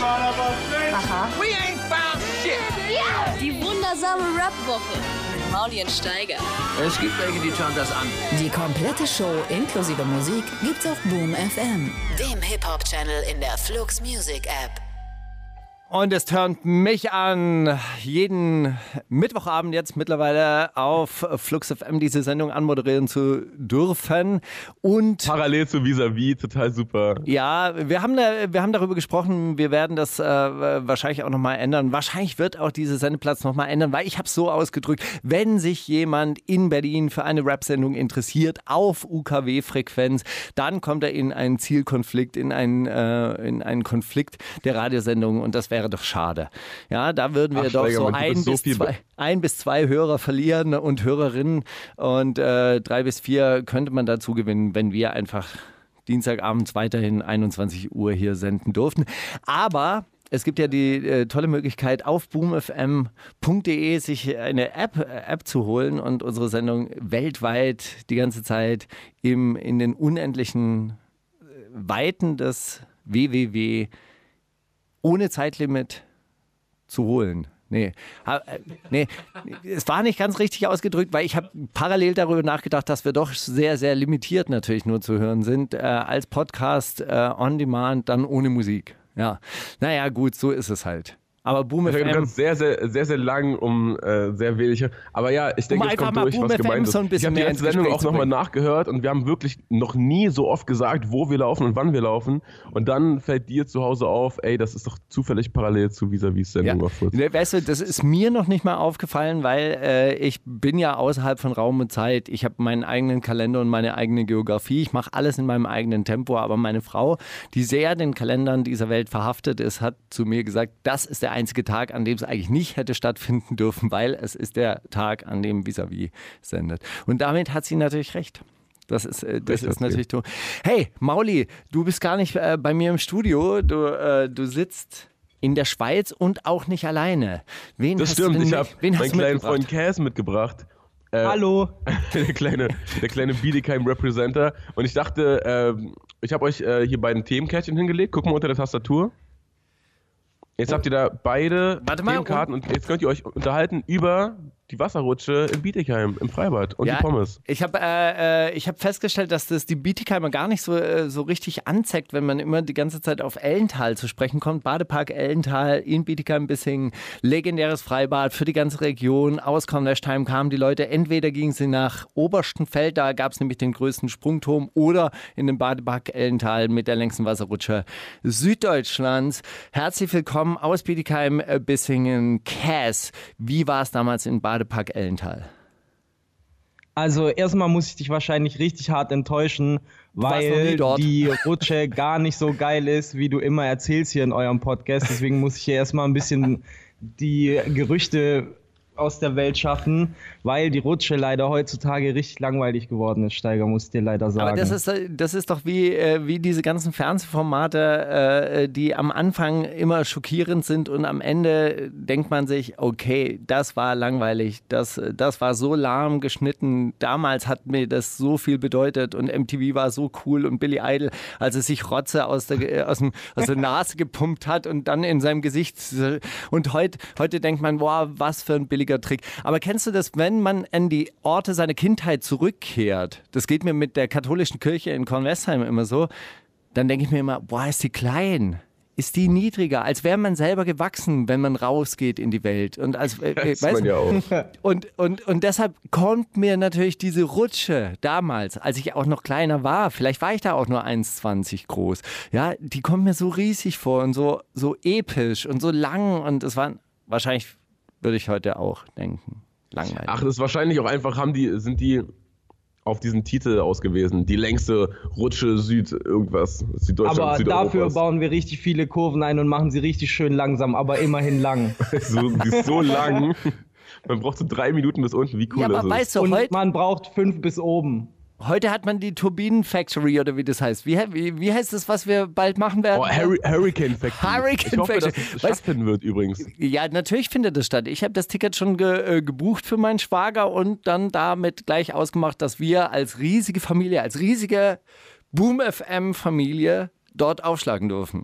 Aha. We ain't found shit. Die wundersame Rap-Woche mit Mauli und Steiger. Es gibt welche, die schauen das an. Die komplette Show inklusive Musik gibt's auf Boom FM, dem Hip-Hop-Channel in der Flux Music App. Und es turnt mich an, jeden Mittwochabend jetzt mittlerweile auf Flux FM diese Sendung anmoderieren zu dürfen. Und parallel zu Vis-a-vis, total super. Ja, wir haben darüber gesprochen, wir werden das wahrscheinlich auch nochmal ändern. Wahrscheinlich wird auch diese Sendeplatz nochmal ändern, weil ich habe es so ausgedrückt, wenn sich jemand in Berlin für eine Rap-Sendung interessiert auf UKW-Frequenz, dann kommt er in einen Zielkonflikt, in einen Konflikt der Radiosendung und das wäre doch schade. Ja, da würden wir doch so ein bis zwei Hörer verlieren und Hörerinnen und 3 bis 4 könnte man dazu gewinnen, wenn wir einfach Dienstagabends weiterhin 21 Uhr hier senden durften. Aber es gibt ja die tolle Möglichkeit, auf boomfm.de sich eine App zu holen und unsere Sendung weltweit die ganze Zeit in den unendlichen Weiten des www ohne Zeitlimit zu holen. Nee, es war nicht ganz richtig ausgedrückt, weil ich habe parallel darüber nachgedacht, dass wir doch sehr, sehr limitiert natürlich nur zu hören sind, als Podcast on Demand, dann ohne Musik. Ja, naja, gut, so ist es halt. Aber Boom FM... Du kannst sehr, sehr, sehr, sehr lang sehr wenig... Aber ja, ich denke, es kommt durch, was gemeint ist. Ich habe die ganze Sendung auch nochmal nachgehört und wir haben wirklich noch nie so oft gesagt, wo wir laufen und wann wir laufen. Und dann fällt dir zu Hause auf, ey, das ist doch zufällig parallel zu Vis-a-vis-Sendung. Ja. Weißt du, das ist mir noch nicht mal aufgefallen, weil ich bin ja außerhalb von Raum und Zeit. Ich habe meinen eigenen Kalender und meine eigene Geografie. Ich mache alles in meinem eigenen Tempo. Aber meine Frau, die sehr den Kalendern dieser Welt verhaftet ist, hat zu mir gesagt, das ist der einzige Tag, an dem es eigentlich nicht hätte stattfinden dürfen, weil es ist der Tag, an dem Vis-a-vis sendet. Und damit hat sie natürlich recht. Das ist natürlich so. Hey, Mauli, du bist gar nicht bei mir im Studio. Du sitzt in der Schweiz und auch nicht alleine. Das stimmt, ich habe meinen kleinen Freund Cass mitgebracht. Hallo. Der kleine Bietigheim-Representer. Und ich dachte, ich habe euch hier beiden Themenkärtchen hingelegt. Guck mal unter der Tastatur. Jetzt habt ihr da beide Themenkarten und jetzt könnt ihr euch unterhalten über die Wasserrutsche in Bietigheim im Freibad und die Pommes. Ich hab festgestellt, dass das die Bietigheimer gar nicht so richtig anzeigt, wenn man immer die ganze Zeit auf Ellental zu sprechen kommt. Badepark Ellental in Bietigheim-Bissingen, legendäres Freibad für die ganze Region. Aus Kornwestheim kamen die Leute, entweder gingen sie nach Oberstenfeld, da gab es nämlich den größten Sprungturm, oder in den Badepark Ellental mit der längsten Wasserrutsche Süddeutschlands. Herzlich willkommen aus Bietigheim-Bissingen. Cass, wie war es damals in Badepark Ellental? Also erstmal muss ich dich wahrscheinlich richtig hart enttäuschen, weil die Rutsche gar nicht so geil ist, wie du immer erzählst hier in eurem Podcast. Deswegen muss ich hier erstmal ein bisschen die Gerüchte aus der Welt schaffen, weil die Rutsche leider heutzutage richtig langweilig geworden ist, Steiger, muss ich dir leider sagen. Aber das ist doch wie diese ganzen Fernsehformate, die am Anfang immer schockierend sind und am Ende denkt man sich, okay, das war langweilig, das war so lahm geschnitten, damals hat mir das so viel bedeutet und MTV war so cool und Billy Idol, als er sich Rotze aus der Nase gepumpt hat und dann in seinem Gesicht und heute denkt man, boah, was für ein billiger Trick. Aber kennst du das, wenn man an die Orte seiner Kindheit zurückkehrt? Das geht mir mit der katholischen Kirche in Kornwestheim immer so. Dann denke ich mir immer, boah, ist die klein. Ist die niedriger, als wäre man selber gewachsen, wenn man rausgeht in die Welt. Und als man ja auch. Und deshalb kommt mir natürlich diese Rutsche damals, als ich auch noch kleiner war, vielleicht war ich da auch nur 1,20 groß, ja, die kommt mir so riesig vor und so episch und so lang und es war wahrscheinlich, würde ich heute auch denken, langweilig. Ach, das ist wahrscheinlich auch einfach, sind die auf diesen Titel ausgewiesen. Die längste Rutsche irgendwas. Aber dafür bauen wir richtig viele Kurven ein und machen sie richtig schön langsam, aber immerhin lang. Die ist so lang. Man braucht so 3 Minuten bis unten. Wie cool ist es? Weißt du, und man braucht 5 bis oben. Heute hat man die Turbinen Factory oder wie das heißt. Wie heißt das, was wir bald machen werden? Oh, Hurricane Factory. Ich hoffe, dass es stattfinden wird übrigens. Ja, natürlich findet das statt. Ich habe das Ticket schon gebucht für meinen Schwager und dann damit gleich ausgemacht, dass wir als riesige Familie, als riesige Boom FM Familie dort aufschlagen dürfen.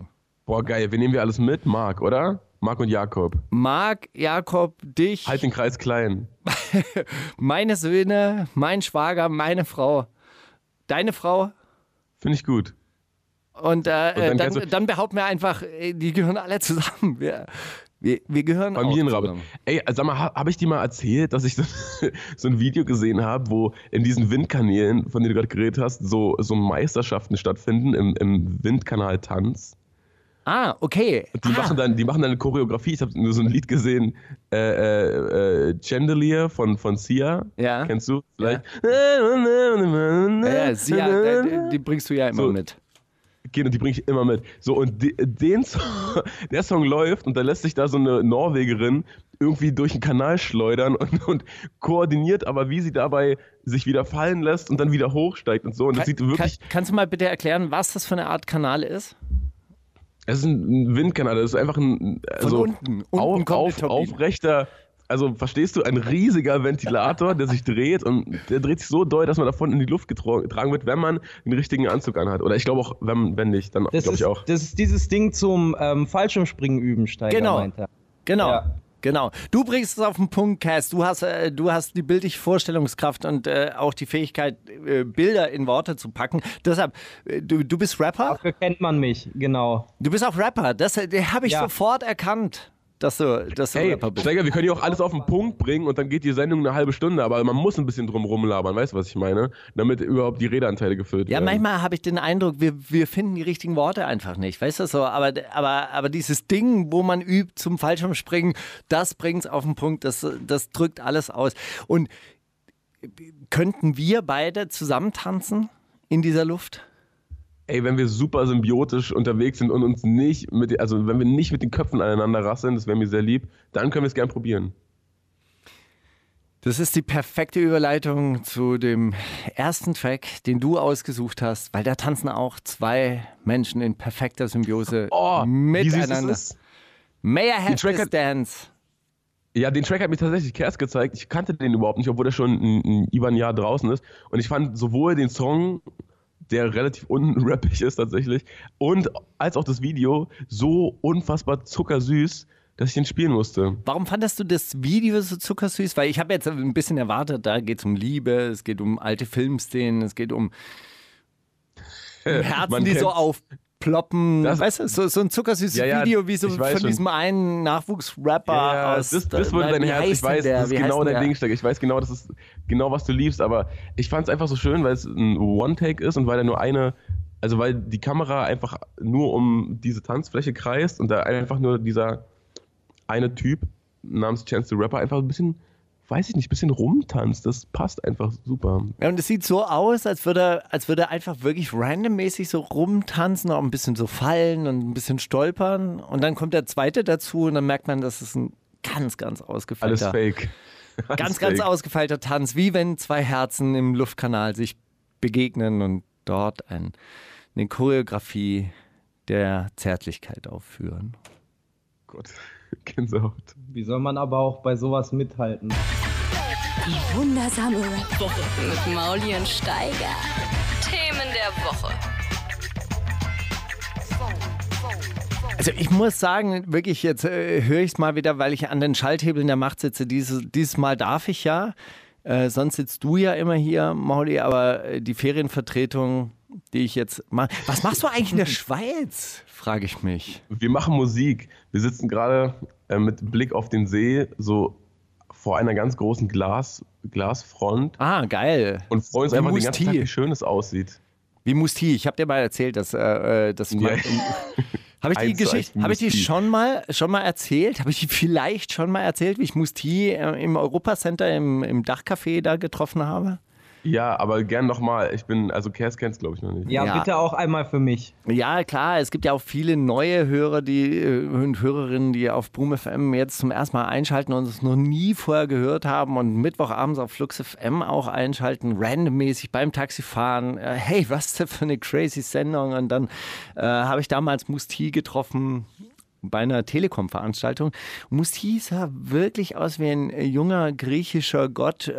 Boah, geil. Wen nehmen wir alles mit? Marc, oder? Marc und Jakob. Marc, Jakob, dich. Halt den Kreis klein. Meine Söhne, mein Schwager, meine Frau. Deine Frau. Finde ich gut. Und dann behaupten wir einfach, die gehören alle zusammen. Wir gehören Familienrabe. auch zusammen. Ey, sag mal, habe ich dir mal erzählt, dass ich so ein Video gesehen habe, wo in diesen Windkanälen, von denen du gerade geredet hast, so Meisterschaften stattfinden im Windkanal-Tanz? Ah, okay. Die machen dann eine Choreografie. Ich habe nur so ein Lied gesehen, Chandelier von Sia. Ja. Kennst du vielleicht? Ja, Sia, die bringst du ja immer mit. Die bringe ich immer mit. So, und der Song läuft und da lässt sich da so eine Norwegerin irgendwie durch den Kanal schleudern und koordiniert aber, wie sie dabei sich wieder fallen lässt und dann wieder hochsteigt und so. Und das sieht wirklich. Kannst du mal bitte erklären, was das für eine Art Kanal ist? Es ist ein Windkanal, das ist einfach ein aufrechter. Also verstehst du, ein riesiger Ventilator, der sich dreht und der dreht sich so doll, dass man davon in die Luft getragen wird, wenn man den richtigen Anzug anhat. Oder ich glaube auch, wenn nicht, dann glaube ich auch. Das ist dieses Ding zum Fallschirmspringen üben, Steiger, meint er. Genau. Ja. Genau. Du bringst es auf den Punkt, Cass. Du hast die bildliche Vorstellungskraft und auch die Fähigkeit, Bilder in Worte zu packen. Deshalb, du bist Rapper? Dafür kennt man mich, genau. Du bist auch Rapper. Das habe ich sofort erkannt. Dass du Rapper bist. Steiger, wir können ja auch alles auf den Punkt bringen und dann geht die Sendung eine halbe Stunde, aber man muss ein bisschen drum rumlabern, weißt du, was ich meine? Damit überhaupt die Redeanteile gefüllt werden. Ja, manchmal habe ich den Eindruck, wir finden die richtigen Worte einfach nicht, weißt du so, aber dieses Ding, wo man übt zum Fallschirmspringen, das bringt es auf den Punkt, das drückt alles aus. Und könnten wir beide zusammen tanzen in dieser Luft? Ey, wenn wir super symbiotisch unterwegs sind und uns wenn wir nicht mit den Köpfen aneinander rasseln, das wäre mir sehr lieb, dann können wir es gern probieren. Das ist die perfekte Überleitung zu dem ersten Track, den du ausgesucht hast, weil da tanzen auch zwei Menschen in perfekter Symbiose miteinander. May I have this dance? Ja, den Track hat mir tatsächlich Kers gezeigt. Ich kannte den überhaupt nicht, obwohl der schon über ein Jahr draußen ist. Und ich fand sowohl den Song, der relativ unrappig ist tatsächlich, und als auch das Video so unfassbar zuckersüß, dass ich den spielen musste. Warum fandest du das Video so zuckersüß? Weil ich habe jetzt ein bisschen erwartet, da geht es um Liebe, es geht um alte Filmszenen, es geht um Herzen, die so aufploppen. Weißt du, so ein zuckersüßes Video, wie so von diesem einen Nachwuchsrapper aus. Das wurde dein Herz, ich weiß, das ist genau dein Ding, ich weiß genau, das ist genau, was du liebst, aber ich fand es einfach so schön, weil es ein One-Take ist und weil da nur weil die Kamera einfach nur um diese Tanzfläche kreist und da einfach nur dieser eine Typ namens Chance the Rapper einfach ein bisschen, weiß ich nicht, ein bisschen rumtanzt. Das passt einfach super. Ja, und es sieht so aus, als würde er einfach wirklich randommäßig so rumtanzen, auch ein bisschen so fallen und ein bisschen stolpern. Und dann kommt der zweite dazu und dann merkt man, das ist ein ganz, ganz ausgefeilter. Alles fake. Ganz ausgefeilter Tanz, wie wenn zwei Herzen im Luftkanal sich begegnen und dort eine Choreografie der Zärtlichkeit aufführen. Gott, Gänsehaut. Wie soll man aber auch bei sowas mithalten? Die wundersame Rap-Woche Mit Mauli und Steiger. Themen der Woche. Also ich muss sagen, wirklich, jetzt höre ich es mal wieder, weil ich an den Schalthebeln der Macht sitze. Dieses Mal darf ich ja. Sonst sitzt du ja immer hier, Mauli, aber die Ferienvertretung, die ich jetzt mache. Was machst du eigentlich in der Schweiz, frage ich mich. Wir machen Musik. Wir sitzen gerade mit Blick auf den See, so vor einer ganz großen Glasfront. Ah, geil. Und freuen uns einfach den ganzen Tag, wie schön es aussieht. Wie Musti. Ich habe dir mal erzählt, dass habe ich die Geschichte, habe ich die schon mal erzählt? Habe ich die vielleicht schon mal erzählt, wie ich Musti im Europacenter im Dachcafé da getroffen habe? Ja, aber gern nochmal. Kers kennt's glaube ich noch nicht. Ja, bitte auch einmal für mich. Ja, klar. Es gibt ja auch viele neue Hörer und Hörerinnen, die auf Boom FM jetzt zum ersten Mal einschalten und es noch nie vorher gehört haben und Mittwochabends auf Flux FM auch einschalten, randommäßig beim Taxifahren. Hey, was denn für eine crazy Sendung? Und dann habe ich damals Musti getroffen bei einer Telekom-Veranstaltung. Musti sah wirklich aus wie ein junger griechischer Gott.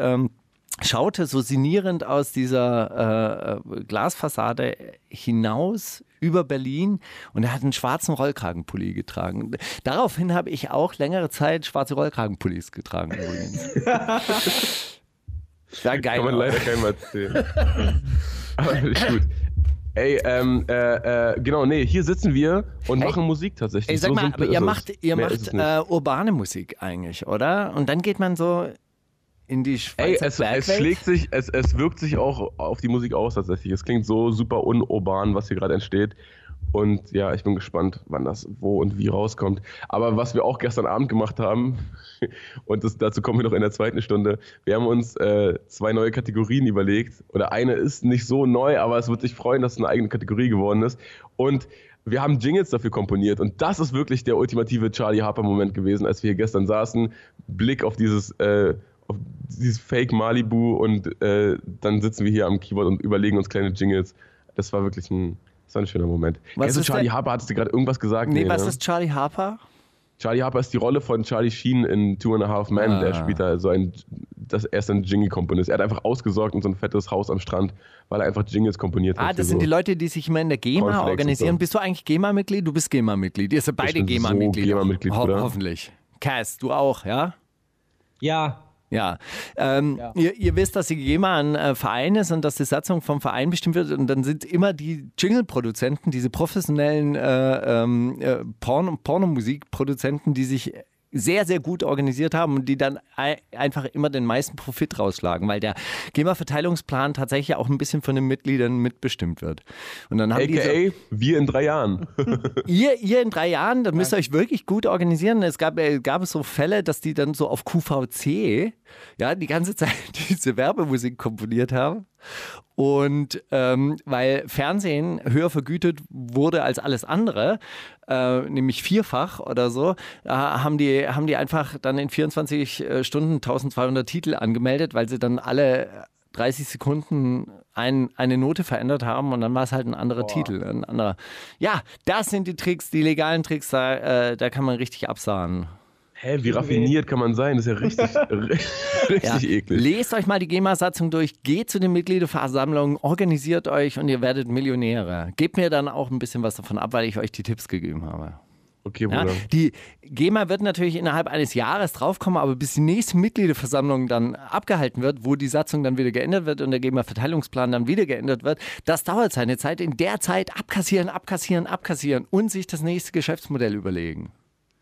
Schaute so sinnierend aus dieser Glasfassade hinaus über Berlin und er hat einen schwarzen Rollkragenpulli getragen. Daraufhin habe ich auch längere Zeit schwarze Rollkragenpullis getragen übrigens. War geil. Kann man leider keinem erzählen. Aber ist gut. Ey, genau, nee, hier sitzen wir und machen Musik tatsächlich. Ey, sag mal, aber ihr macht urbane Musik eigentlich, oder? Und dann geht man so in die Schweizer es wirkt sich auch auf die Musik aus tatsächlich. Es klingt so super unurban, was hier gerade entsteht. Und ja, ich bin gespannt, wann das wo und wie rauskommt. Aber was wir auch gestern Abend gemacht haben, und dazu kommen wir noch in der zweiten Stunde, wir haben uns 2 neue Kategorien überlegt. Oder eine ist nicht so neu, aber es wird dich freuen, dass es eine eigene Kategorie geworden ist. Und wir haben Jingles dafür komponiert. Und das ist wirklich der ultimative Charlie Harper-Moment gewesen, als wir hier gestern saßen. Blick auf dieses Fake Malibu und dann sitzen wir hier am Keyboard und überlegen uns kleine Jingles. Das war wirklich ein schöner Moment. Was ist Charlie Harper? Hattest du gerade irgendwas gesagt? Nee, was ist Charlie Harper? Charlie Harper ist die Rolle von Charlie Sheen in 2.5 Men. Der spielt da so er ist ein Jingle-Komponist. Er hat einfach ausgesorgt in so ein fettes Haus am Strand, weil er einfach Jingles komponiert hat. Das sind die Leute, die sich immer in der GEMA organisieren. So. Bist du eigentlich GEMA-Mitglied? Du bist GEMA-Mitglied. Ihr seid beide GEMA-Mitglieder. So GEMA-Mitglied, hoffentlich. Cass, du auch, ja? Ja. Ja, Ihr wisst, dass die GEMA ein Verein ist und dass die Satzung vom Verein bestimmt wird und dann sind immer die Jingle-Produzenten, diese professionellen Pornomusikproduzenten, die sich sehr, sehr gut organisiert haben und die dann einfach immer den meisten Profit rausschlagen, weil der GEMA-Verteilungsplan tatsächlich auch ein bisschen von den Mitgliedern mitbestimmt wird. Und dann haben wir in 3 Jahren. ihr in 3 Jahren, da müsst ihr euch wirklich gut organisieren. Es gab so Fälle, dass die dann so auf QVC die ganze Zeit diese Werbemusik komponiert haben. Und weil Fernsehen höher vergütet wurde als alles andere, nämlich 4-fach oder so, haben die einfach dann in 24 Stunden 1200 Titel angemeldet, weil sie dann alle 30 Sekunden eine Note verändert haben und dann war es halt ein anderer Titel. Ein anderer. Ja, das sind die Tricks, die legalen Tricks, da kann man richtig absahen. Hä, wie raffiniert kann man sein? Das ist ja richtig eklig. Lest euch mal die GEMA-Satzung durch, geht zu den Mitgliederversammlungen, organisiert euch und ihr werdet Millionäre. Gebt mir dann auch ein bisschen was davon ab, weil ich euch die Tipps gegeben habe. Okay, Bruder. Ja, die GEMA wird natürlich innerhalb eines Jahres draufkommen, aber bis die nächste Mitgliederversammlung dann abgehalten wird, wo die Satzung dann wieder geändert wird und der GEMA-Verteilungsplan dann wieder geändert wird, das dauert seine Zeit. In der Zeit abkassieren und sich das nächste Geschäftsmodell überlegen.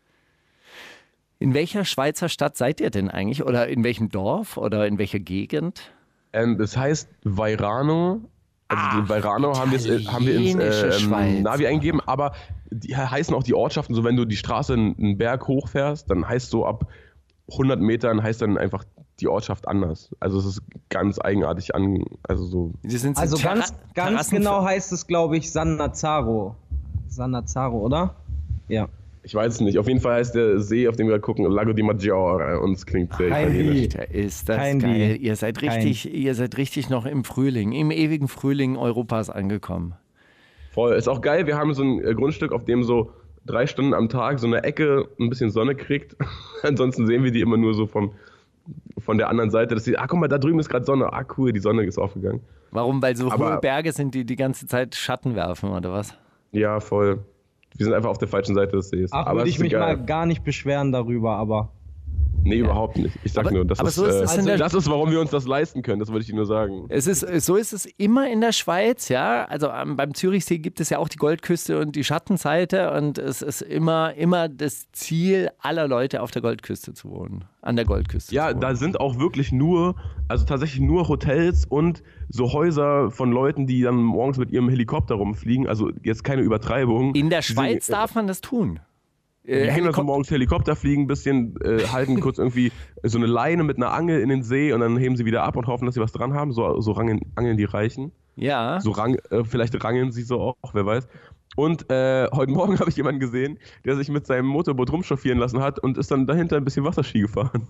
In welcher Schweizer Stadt seid ihr denn eigentlich? Oder in welchem Dorf? Oder in welcher Gegend? Das heißt Vairano. Also Vairano haben wir ins Navi eingegeben. Aber die heißen auch die Ortschaften. So wenn du die Straße einen Berg hochfährst, dann heißt so ab 100 Metern heißt dann einfach die Ortschaft anders. Also es ist ganz eigenartig Also ganz genau heißt es, glaube ich, San Nazaro. San Nazaro, oder? Ja. Ich weiß es nicht. Auf jeden Fall heißt der See, auf dem wir gucken, Lago di Maggiore. Und es klingt sehr italienisch. Ist das geil. Ihr seid richtig noch im Frühling, im ewigen Frühling Europas angekommen. Voll. Ist auch geil. Wir haben so ein Grundstück, auf dem so 3 Stunden am Tag so eine Ecke ein bisschen Sonne kriegt. Ansonsten sehen wir die immer nur so von der anderen Seite. Dass guck mal, da drüben ist gerade Sonne. Cool, die Sonne ist aufgegangen. Warum? Weil so hohe Berge sind, die ganze Zeit Schatten werfen, oder was? Ja, voll. Wir sind einfach auf der falschen Seite des Sees. Würde ich mich mal gar nicht beschweren darüber, aber... Nee, überhaupt nicht. Ich sag nur, das ist, warum wir uns das leisten können. Das wollte ich dir nur sagen. So ist es immer in der Schweiz, ja. Also beim Zürichsee gibt es ja auch die Goldküste und die Schattenseite und es ist immer das Ziel aller Leute auf der Goldküste zu wohnen. An der Goldküste. Ja, da sind auch wirklich tatsächlich nur Hotels und so Häuser von Leuten, die dann morgens mit ihrem Helikopter rumfliegen. Also jetzt keine Übertreibung. In der Schweiz darf man das tun. Die gehen dann so morgens Helikopter fliegen, ein bisschen halten kurz irgendwie so eine Leine mit einer Angel in den See und dann heben sie wieder ab und hoffen, dass sie was dran haben. So angeln die Reichen. Ja. Vielleicht rangeln sie so auch, wer weiß. Und heute Morgen habe ich jemanden gesehen, der sich mit seinem Motorboot rumchauffieren lassen hat und ist dann dahinter ein bisschen Wasserski gefahren.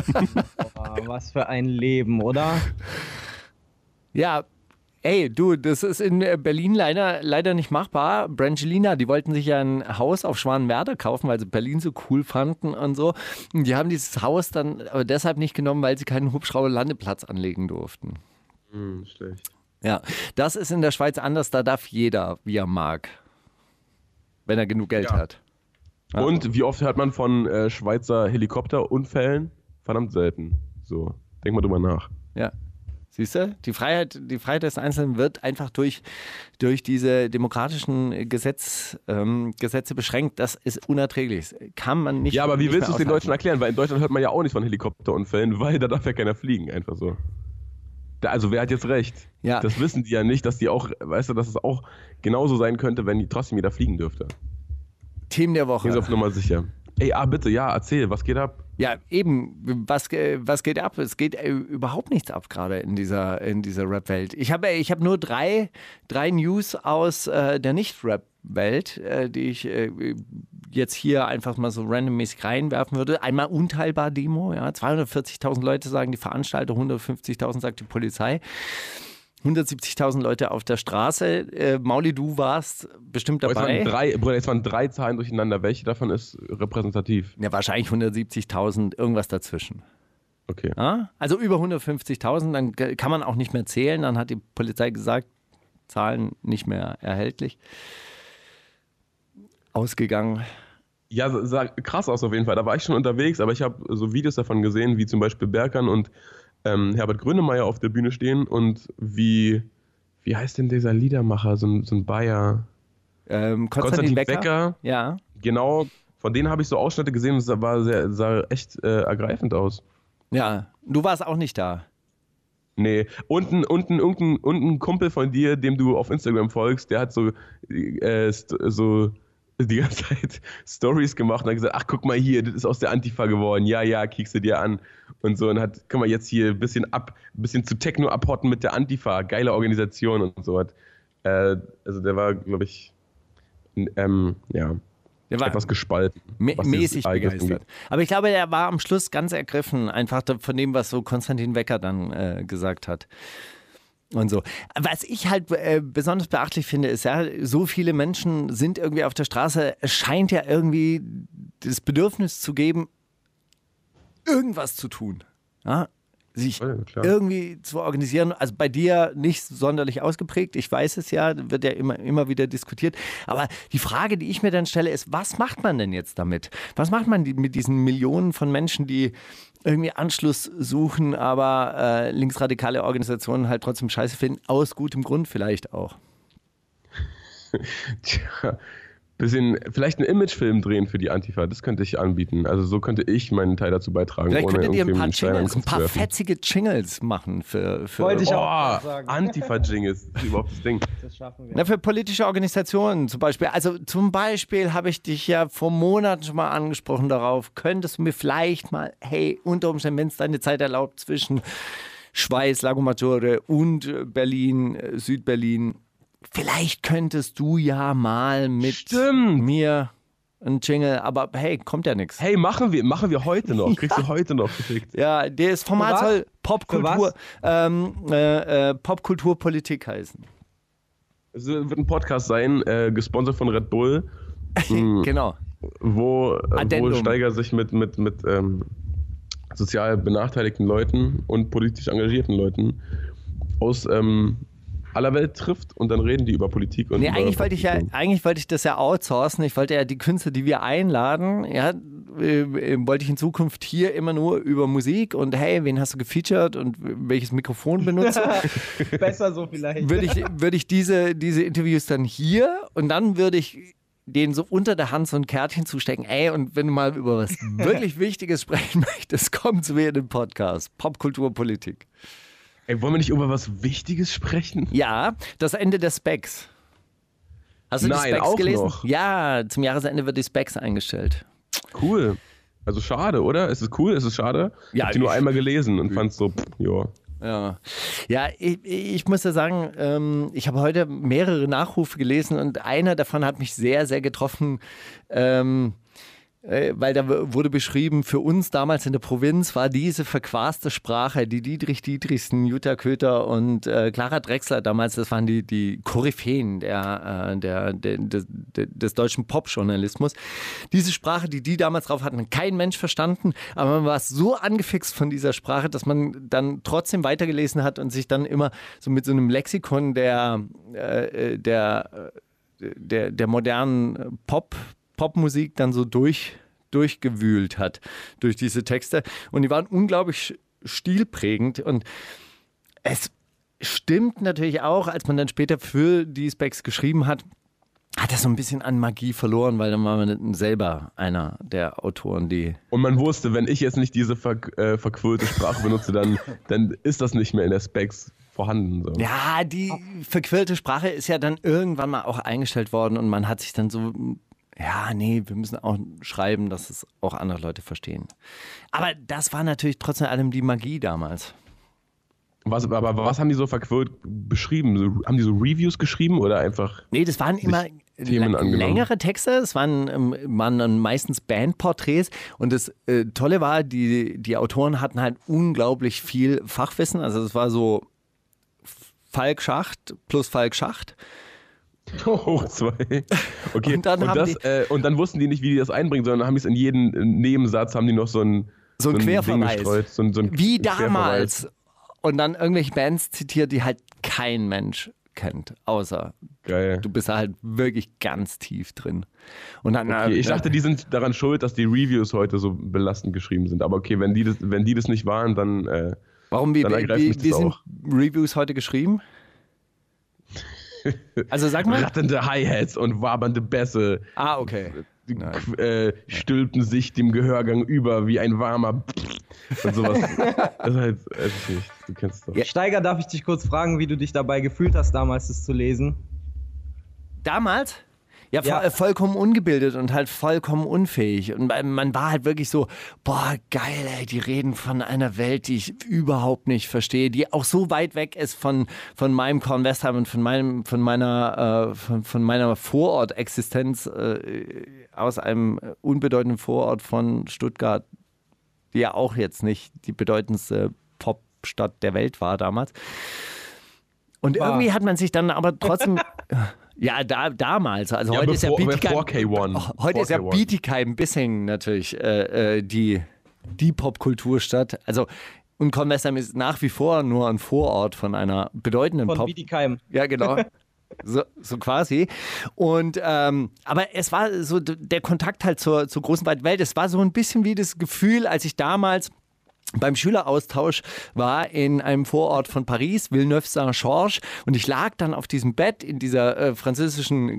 Was für ein Leben, oder? Ja. Ey, du, das ist in Berlin leider nicht machbar. Brangelina, die wollten sich ja ein Haus auf Schwanenwerder kaufen, weil sie Berlin so cool fanden und so. Und die haben dieses Haus dann aber deshalb nicht genommen, weil sie keinen Hubschrauber-Landeplatz anlegen durften. Schlecht. Ja, das ist in der Schweiz anders, da darf jeder, wie er mag. wenn er genug Geld hat. Ja. Und wie oft hört man von Schweizer Helikopterunfällen? Verdammt selten. So, denk mal drüber nach. Ja. Siehst du? Die Freiheit des Einzelnen wird einfach durch diese demokratischen Gesetze beschränkt. Das ist unerträglich. Das kann man nicht. Ja, aber wie willst du es den Deutschen erklären? Weil in Deutschland hört man ja auch nicht von Helikopterunfällen, weil da darf ja keiner fliegen, einfach so. Also wer hat jetzt recht? Ja. Das wissen die ja nicht, dass die auch, weißt du, dass es auch genauso sein könnte, wenn die trotzdem jeder fliegen dürfte. Themen der Woche. Gehen Sie auf Nummer sicher. Ey, bitte, erzähl, was geht ab? Ja, eben, was geht ab? Es geht überhaupt nichts ab gerade in dieser Rap-Welt. Ich hab nur drei News aus der Nicht-Rap-Welt, die ich jetzt hier einfach mal so randommäßig reinwerfen würde. Einmal Unteilbar-Demo, ja, 240.000 Leute sagen die Veranstalter, 150.000 sagt die Polizei. 170.000 Leute auf der Straße. Mauli, du warst bestimmt dabei. Es waren drei Zahlen durcheinander. Welche davon ist repräsentativ? Ja, wahrscheinlich 170.000, irgendwas dazwischen. Okay. Ja? Also über 150.000, dann kann man auch nicht mehr zählen. Dann hat die Polizei gesagt, Zahlen nicht mehr erhältlich. Ausgegangen. Ja, sah krass aus auf jeden Fall. Da war ich schon unterwegs, aber ich habe so Videos davon gesehen, wie zum Beispiel Berkan und Herbert Grönemeyer auf der Bühne stehen und wie heißt denn dieser Liedermacher, so ein Bayer? Konstantin Becker. Ja. Genau, von denen habe ich so Ausschnitte gesehen und es sah echt ergreifend aus. Ja, du warst auch nicht da. Nee, und ein Kumpel von dir, dem du auf Instagram folgst, der hat so die ganze Zeit Stories gemacht und hat gesagt, ach guck mal hier, das ist aus der Antifa geworden, ja, kiekst du dir an und so und guck mal jetzt hier ein bisschen zu Techno abhotten mit der Antifa, geile Organisation und so hat. Also der war, glaube ich, der war etwas gespalten. Mäßig begeistert. Aber ich glaube, er war am Schluss ganz ergriffen, einfach von dem, was so Konstantin Wecker dann gesagt hat. Und so. Was ich halt besonders beachtlich finde, ist ja, so viele Menschen sind irgendwie auf der Straße. Es scheint ja irgendwie das Bedürfnis zu geben, irgendwas zu tun. Ja? Sich irgendwie zu organisieren. Also bei dir nicht sonderlich ausgeprägt. Ich weiß es ja, wird ja immer wieder diskutiert. Aber die Frage, die ich mir dann stelle, ist, was macht man denn jetzt damit? Was macht man mit diesen Millionen von Menschen, die irgendwie Anschluss suchen, aber linksradikale Organisationen halt trotzdem scheiße finden, aus gutem Grund vielleicht auch? Tja, vielleicht einen Imagefilm drehen für die Antifa, das könnte ich anbieten. Also so könnte ich meinen Teil dazu beitragen. Vielleicht könntet ihr ein paar fetzige Jingles machen für Wollte ich auch sagen. Antifa-Jingles, das ist überhaupt das Ding. Das schaffen wir. Na, für politische Organisationen zum Beispiel. Also zum Beispiel habe ich dich ja vor Monaten schon mal angesprochen darauf, könntest du mir vielleicht mal, hey, unter Umständen, wenn es deine Zeit erlaubt, zwischen Schweiz, Lago Maggiore und Berlin, Südberlin, vielleicht könntest du ja mal mit mir einen Jingle, aber hey, kommt ja nichts. Hey, machen wir heute noch. Kriegst du heute noch geschickt. Ja, das Format soll Popkulturpolitik heißen. Es wird ein Podcast sein, gesponsert von Red Bull. Genau. Wo Steiger sich mit sozial benachteiligten Leuten und politisch engagierten Leuten aus aller Welt trifft und dann reden die über Politik und eigentlich wollte ich das ja outsourcen. Ich wollte ja die Künstler, die wir einladen, wollte ich in Zukunft hier immer nur über Musik und hey, wen hast du gefeatured und welches Mikrofon benutzt du? Besser so vielleicht. Würde ich diese Interviews dann hier und dann würde ich denen so unter der Hand so ein Kärtchen zustecken. Ey, und wenn du mal über was wirklich Wichtiges sprechen möchtest, komm zu mir in den Podcast. Popkulturpolitik. Ey, wollen wir nicht über was Wichtiges sprechen? Ja, das Ende der Specs. Hast du die Specs auch gelesen? Noch. Ja, zum Jahresende wird die Specs eingestellt. Cool. Also schade, oder? Ist es cool? Ist es schade? Ja, ich habe die nur einmal gelesen und fand es so, ja. Ja, ich muss ja sagen, ich habe heute mehrere Nachrufe gelesen und einer davon hat mich sehr, sehr getroffen. Weil da wurde beschrieben, für uns damals in der Provinz war diese verquaste Sprache, die Dietrich Dietrichsen, Jutta Köter und Clara Drechsler damals, das waren die Koryphäen des deutschen Popjournalismus. Diese Sprache, die damals drauf hatten, kein Mensch verstanden, aber man war so angefixt von dieser Sprache, dass man dann trotzdem weitergelesen hat und sich dann immer so mit so einem Lexikon der modernen Popmusik dann so durchgewühlt hat durch diese Texte. Und die waren unglaublich stilprägend. Und es stimmt natürlich auch, als man dann später für die Specs geschrieben hat er so ein bisschen an Magie verloren, weil dann war man selber einer der Autoren, die... Und man wusste, wenn ich jetzt nicht diese verquirlte Sprache benutze, dann ist das nicht mehr in der Specs vorhanden. So. Ja, die verquirlte Sprache ist ja dann irgendwann mal auch eingestellt worden und man hat sich dann so... Ja, nee, wir müssen auch schreiben, dass es auch andere Leute verstehen. Aber das war natürlich trotz allem die Magie damals. Aber was haben die so verquirlt beschrieben? Haben die so Reviews geschrieben oder einfach... Nee, das waren immer längere Texte. Es waren dann meistens Bandporträts. Und das Tolle war, die Autoren hatten halt unglaublich viel Fachwissen. Also es war so Falk Schacht plus Falk Schacht. Hoch 2. Okay, und dann wussten die nicht, wie die das einbringen, sondern haben es in jeden Nebensatz haben die noch so ein Querverweis. So ein wie damals. Und dann irgendwelche Bands zitiert, die halt kein Mensch kennt, außer du bist da halt wirklich ganz tief drin. Und dann, ich dachte, die sind daran schuld, dass die Reviews heute so belastend geschrieben sind. Aber okay, wenn die das nicht waren, dann warum, wie sind Reviews heute geschrieben? Also sag mal. Rattende Hi-Hats und wabernde Bässe. Ah, okay. Stülpten sich dem Gehörgang über wie ein warmer und sowas. Das ist halt nicht. Du kennst das. Steiger, darf ich dich kurz fragen, wie du dich dabei gefühlt hast, damals das zu lesen? Damals? Ja, vollkommen ungebildet und halt vollkommen unfähig. Und man war halt wirklich so, boah, geil, ey, die reden von einer Welt, die ich überhaupt nicht verstehe, die auch so weit weg ist von meinem Kornwestheim und von meiner Vorortexistenz aus einem unbedeutenden Vorort von Stuttgart, die ja auch jetzt nicht die bedeutendste Popstadt der Welt war damals. Und irgendwie hat man sich dann aber trotzdem... Ja, damals. Also heute ist ja Bietigheim-Bissingen natürlich die Popkulturstadt. Also, und Kornwestheim ist nach wie vor nur ein Vorort von einer bedeutenden Von Bietigheim. Ja, genau. So quasi. Und aber es war so der Kontakt halt zur großen weiten Welt. Es war so ein bisschen wie das Gefühl, als ich damals beim Schüleraustausch war in einem Vorort von Paris, Villeneuve-Saint-Georges, und ich lag dann auf diesem Bett in dieser französischen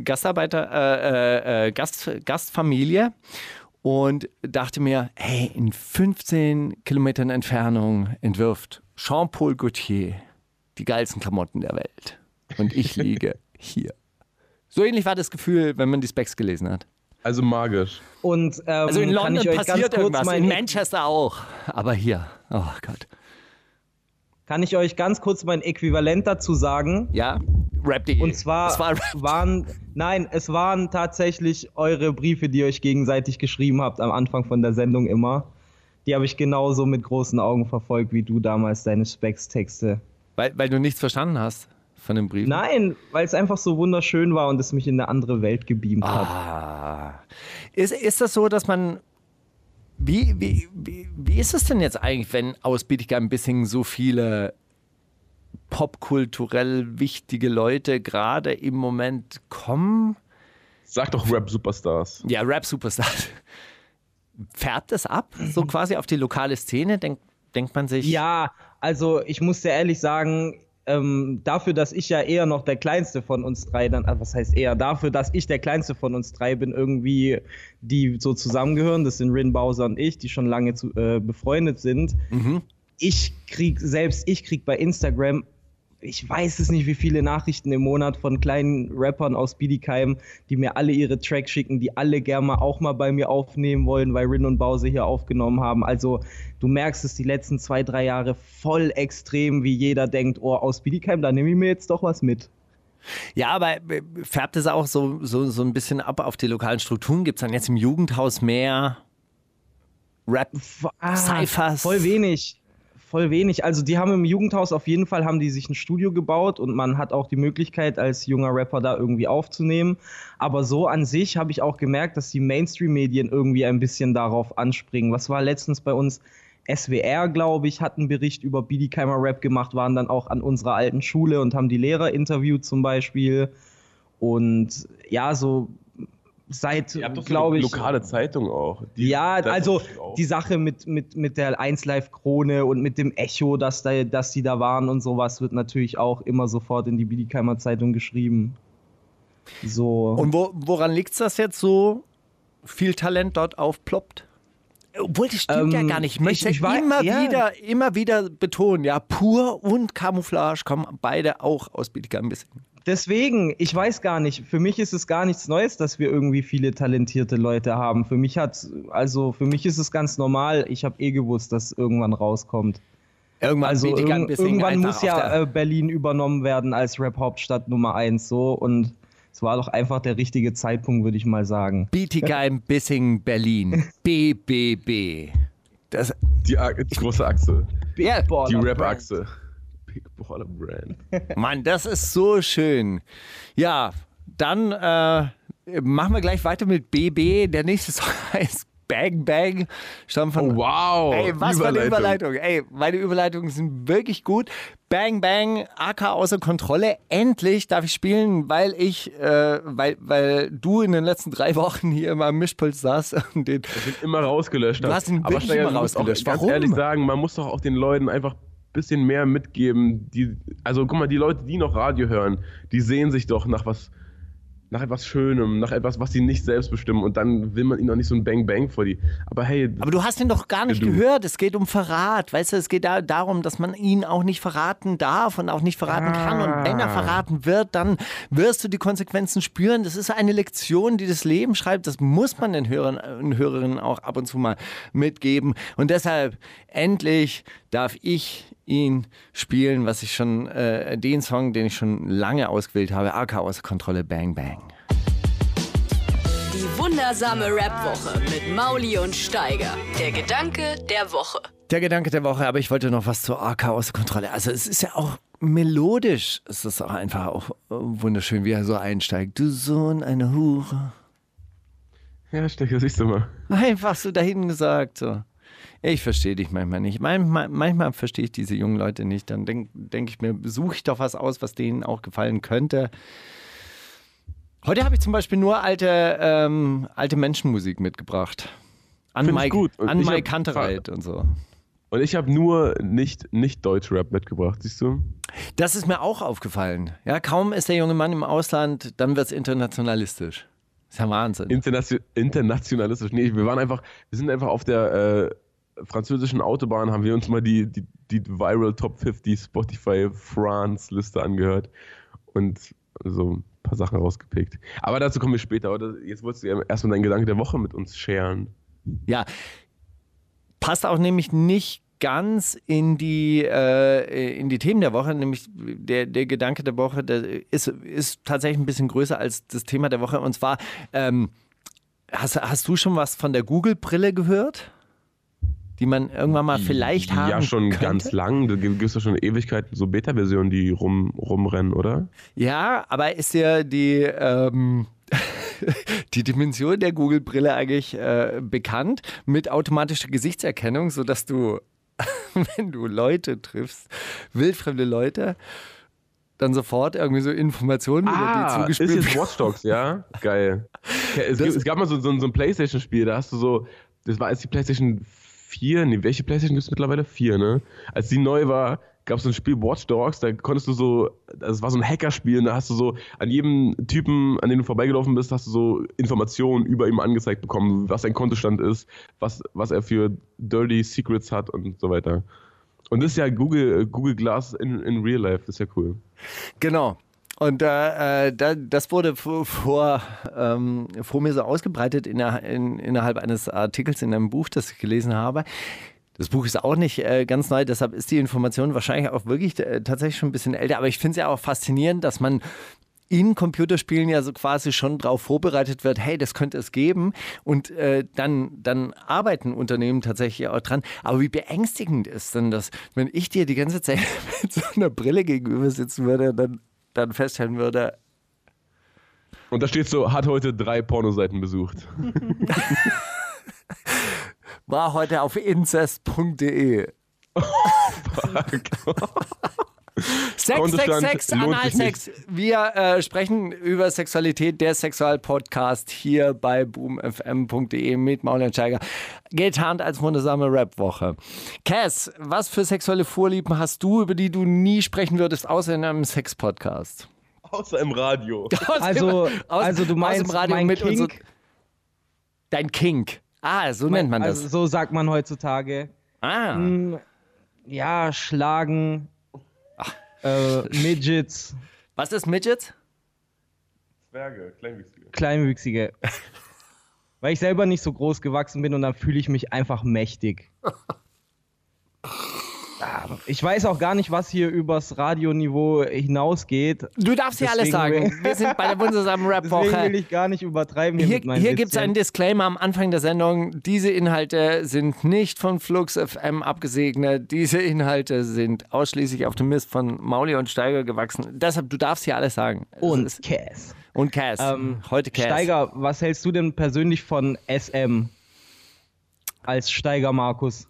Gastfamilie und dachte mir, hey, in 15 Kilometern Entfernung entwirft Jean-Paul Gaultier die geilsten Klamotten der Welt. Und ich liege hier. So ähnlich war das Gefühl, wenn man die Specs gelesen hat. Also magisch. Und also in London passiert irgendwas, in Manchester auch. Aber hier, oh Gott. Kann ich euch ganz kurz mein Äquivalent dazu sagen? Ja, Rap.de. Und zwar es waren tatsächlich eure Briefe, die ihr euch gegenseitig geschrieben habt am Anfang von der Sendung immer. Die habe ich genauso mit großen Augen verfolgt, wie du damals deine Specs-Texte. Weil du nichts verstanden hast von dem Brief? Nein, weil es einfach so wunderschön war und es mich in eine andere Welt gebeamt hat. Ist das so, dass man... Wie ist es denn jetzt eigentlich, wenn aus Bietigheim-Bissingen so viele popkulturell wichtige Leute gerade im Moment kommen? Sag doch Rap-Superstars. Ja, Rap-Superstars. Färbt das ab, so quasi auf die lokale Szene? Denkt man sich... Ja, also ich muss dir ehrlich sagen... dafür, dass ich ja eher noch der Kleinste von uns drei, was heißt eher, dafür, dass ich der Kleinste von uns drei bin, irgendwie, die so zusammengehören, das sind Rin, Bowser und ich, die schon lange befreundet sind. Mhm. Ich krieg bei Instagram, ich weiß es nicht, wie viele Nachrichten im Monat von kleinen Rappern aus Bietigheim, die mir alle ihre Tracks schicken, die alle gerne auch mal bei mir aufnehmen wollen, weil Rin und Bowser hier aufgenommen haben. Also du merkst es die letzten 2-3 Jahre voll extrem, wie jeder denkt, oh, aus Bietigheim, da nehme ich mir jetzt doch was mit. Ja, aber färbt es auch so ein bisschen ab auf die lokalen Strukturen? Gibt es dann jetzt im Jugendhaus mehr Rap-Cyphers? Voll wenig. Also die haben im Jugendhaus auf jeden Fall, haben die sich ein Studio gebaut und man hat auch die Möglichkeit, als junger Rapper da irgendwie aufzunehmen. Aber so an sich habe ich auch gemerkt, dass die Mainstream-Medien irgendwie ein bisschen darauf anspringen. Was war letztens bei uns? SWR, glaube ich, hat einen Bericht über Biedigheimer Rap gemacht, waren dann auch an unserer alten Schule und haben die Lehrer interviewt zum Beispiel. Und ja, so seit, glaube ich... lokale Zeitung auch. Die Sache mit der 1Live-Krone und mit dem Echo, dass die da waren und sowas, wird natürlich auch immer sofort in die Biedigheimer Zeitung geschrieben. So. Und woran liegt es, dass jetzt so viel Talent dort aufploppt? Obwohl, das stimmt ja gar nicht. Ich möchte immer wieder betonen, ja, Pur und Camouflage kommen beide auch aus Bietigheim ein bisschen. Deswegen, ich weiß gar nicht, für mich ist es gar nichts Neues, dass wir irgendwie viele talentierte Leute haben. Für mich ist es ganz normal. Ich habe gewusst, dass irgendwann rauskommt. Irgendwann muss ja Berlin übernommen werden als Rap-Hauptstadt Nummer 1 so, und es war doch einfach der richtige Zeitpunkt, würde ich mal sagen. Bietigheim, Bissingen, Berlin. BBB. Die große Achse. Die Rap-Achse. Big Baller Brand. Mann, das ist so schön. Ja, dann machen wir gleich weiter mit BB. Der nächste Song heißt Bang Bang. Stammt von, oh wow. Ey, was für eine Überleitung. Ey, meine Überleitungen sind wirklich gut. Bang Bang, AK außer Kontrolle. Endlich darf ich spielen, weil du in den letzten 3 Wochen hier immer am Mischpult saßt. Und den immer rausgelöscht hast. Du hast ihn wirklich immer rausgelöscht. Warum? Ganz ehrlich sagen, man muss doch auch den Leuten einfach ein bisschen mehr mitgeben. Also guck mal, die Leute, die noch Radio hören, die sehen sich doch nach etwas Schönem, nach etwas, was sie nicht selbst bestimmen, und dann will man ihnen noch nicht so ein Bang Bang vor die. Aber hey. Aber du hast ihn doch gar nicht gehört. Es geht um Verrat. Weißt du, es geht darum, dass man ihn auch nicht verraten darf und auch nicht verraten kann. Und wenn er verraten wird, dann wirst du die Konsequenzen spüren. Das ist eine Lektion, die das Leben schreibt. Das muss man den Hörern und Hörerinnen auch ab und zu mal mitgeben. Und deshalb, endlich darf ich ihn spielen, den Song, den ich schon lange ausgewählt habe, AK außer Kontrolle, Bang Bang. Die wundersame Rap-Woche mit Mauli und Steiger. Der Gedanke der Woche. Der Gedanke der Woche, aber ich wollte noch was zur AK außer Kontrolle. Also es ist ja auch melodisch, es ist auch einfach auch wunderschön, wie er so einsteigt. Du Sohn einer Hure. Ja, Steiger, siehst du mal. Einfach so dahin gesagt, so. Ich verstehe dich manchmal nicht. Manchmal verstehe ich diese jungen Leute nicht. Dann denk ich mir, suche ich doch was aus, was denen auch gefallen könnte. Heute habe ich zum Beispiel nur alte Menschenmusik mitgebracht. An Mike Kantereit und so. Und ich habe nur nicht Deutschrap mitgebracht, siehst du? Das ist mir auch aufgefallen. Ja, kaum ist der junge Mann im Ausland, dann wird es internationalistisch. Das ist ja Wahnsinn. Internationalistisch. Nee, wir sind einfach auf der französischen Autobahn, haben wir uns mal die Viral Top 50 Spotify France Liste angehört und so ein paar Sachen rausgepickt. Aber dazu kommen wir später. Oder jetzt wolltest du ja erstmal deinen Gedanke der Woche mit uns sharen. Ja, passt auch nämlich nicht ganz in die Themen der Woche, nämlich der Gedanke der Woche, der ist tatsächlich ein bisschen größer als das Thema der Woche. Und zwar, hast du schon was von der Google-Brille gehört? Die man irgendwann mal vielleicht haben Ja, schon könnte? Ganz lang. Da gibt es ja schon Ewigkeiten so Beta-Versionen, die rumrennen, oder? Ja, aber ist ja die Dimension der Google-Brille eigentlich bekannt mit automatischer Gesichtserkennung, sodass du, wenn du Leute triffst, wildfremde Leute, dann sofort irgendwie so Informationen über die zugespielt ist jetzt Watch Dogs, ja? Geil. Es gab mal so ein Playstation-Spiel, da hast du so, das war als die Playstation 4, nee, welche Playstation gibt es mittlerweile? 4, ne? Als die neu war, gab es so ein Spiel Watch Dogs, da konntest du so, das war so ein Hackerspiel, und da hast du so an jedem Typen, an dem du vorbeigelaufen bist, hast du so Informationen über ihn angezeigt bekommen, was sein Kontostand ist, was er für Dirty Secrets hat und so weiter. Und das ist ja Google Glass in Real Life, das ist ja cool. Genau. Und das wurde vor mir so ausgebreitet innerhalb eines Artikels in einem Buch, das ich gelesen habe. Das Buch ist auch nicht ganz neu, deshalb ist die Information wahrscheinlich auch wirklich tatsächlich schon ein bisschen älter. Aber ich finde es ja auch faszinierend, dass man in Computerspielen ja so quasi schon darauf vorbereitet wird, hey, das könnte es geben. Und dann arbeiten Unternehmen tatsächlich auch dran. Aber wie beängstigend ist denn das, wenn ich dir die ganze Zeit mit so einer Brille gegenüber sitzen würde, dann feststellen würde. Und da steht so, hat heute 3 Pornoseiten besucht. War heute auf incest.de. Oh, fuck. Sex, Analsex. Wir sprechen über Sexualität, der Sexualpodcast hier bei boomfm.de mit Mauli und Steiger. Getarnt als wundersame Rap-Woche. Cass, was für sexuelle Vorlieben hast du, über die du nie sprechen würdest, außer in einem Sex-Podcast? Außer im Radio. Also du meinst im Radio mein mit Kink? Dein Kink. So nennt man das. Also so sagt man heutzutage. Ja, Schlagen, Midgets. Was ist Midgets? Zwerge, Kleinwüchsige. Weil ich selber nicht so groß gewachsen bin und dann fühle ich mich einfach mächtig. Ich weiß auch gar nicht, was hier übers Radioniveau hinausgeht. Du darfst hier alles sagen. Wir sind bei der wundersamen Rap-Woche. Deswegen will ich gar nicht übertreiben. Hier gibt es einen Disclaimer am Anfang der Sendung. Diese Inhalte sind nicht von Flux FM abgesegnet. Diese Inhalte sind ausschließlich auf dem Mist von Mauli und Steiger gewachsen. Deshalb, du darfst hier alles sagen. Und Cass. Und Cass. Heute Cass. Steiger, was hältst du denn persönlich von SM? Als Steiger Markus.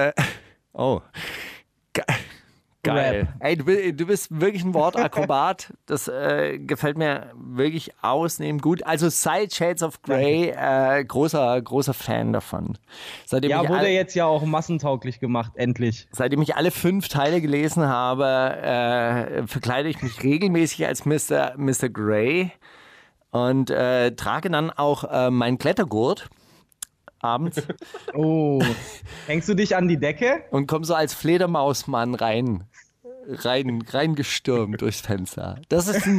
Geil. Ey, du bist wirklich ein Wortakrobat. Das gefällt mir wirklich ausnehmend gut. Also Side Shades of Grey, großer Fan davon. Wurde jetzt ja auch massentauglich gemacht, endlich. Seitdem ich alle 5 Teile gelesen habe, verkleide ich mich regelmäßig als Mr. Grey und trage dann auch meinen Klettergurt. Abends. Oh. Hängst du dich an die Decke? Und komm so als Fledermausmann reingestürmt durchs Fenster. Das ist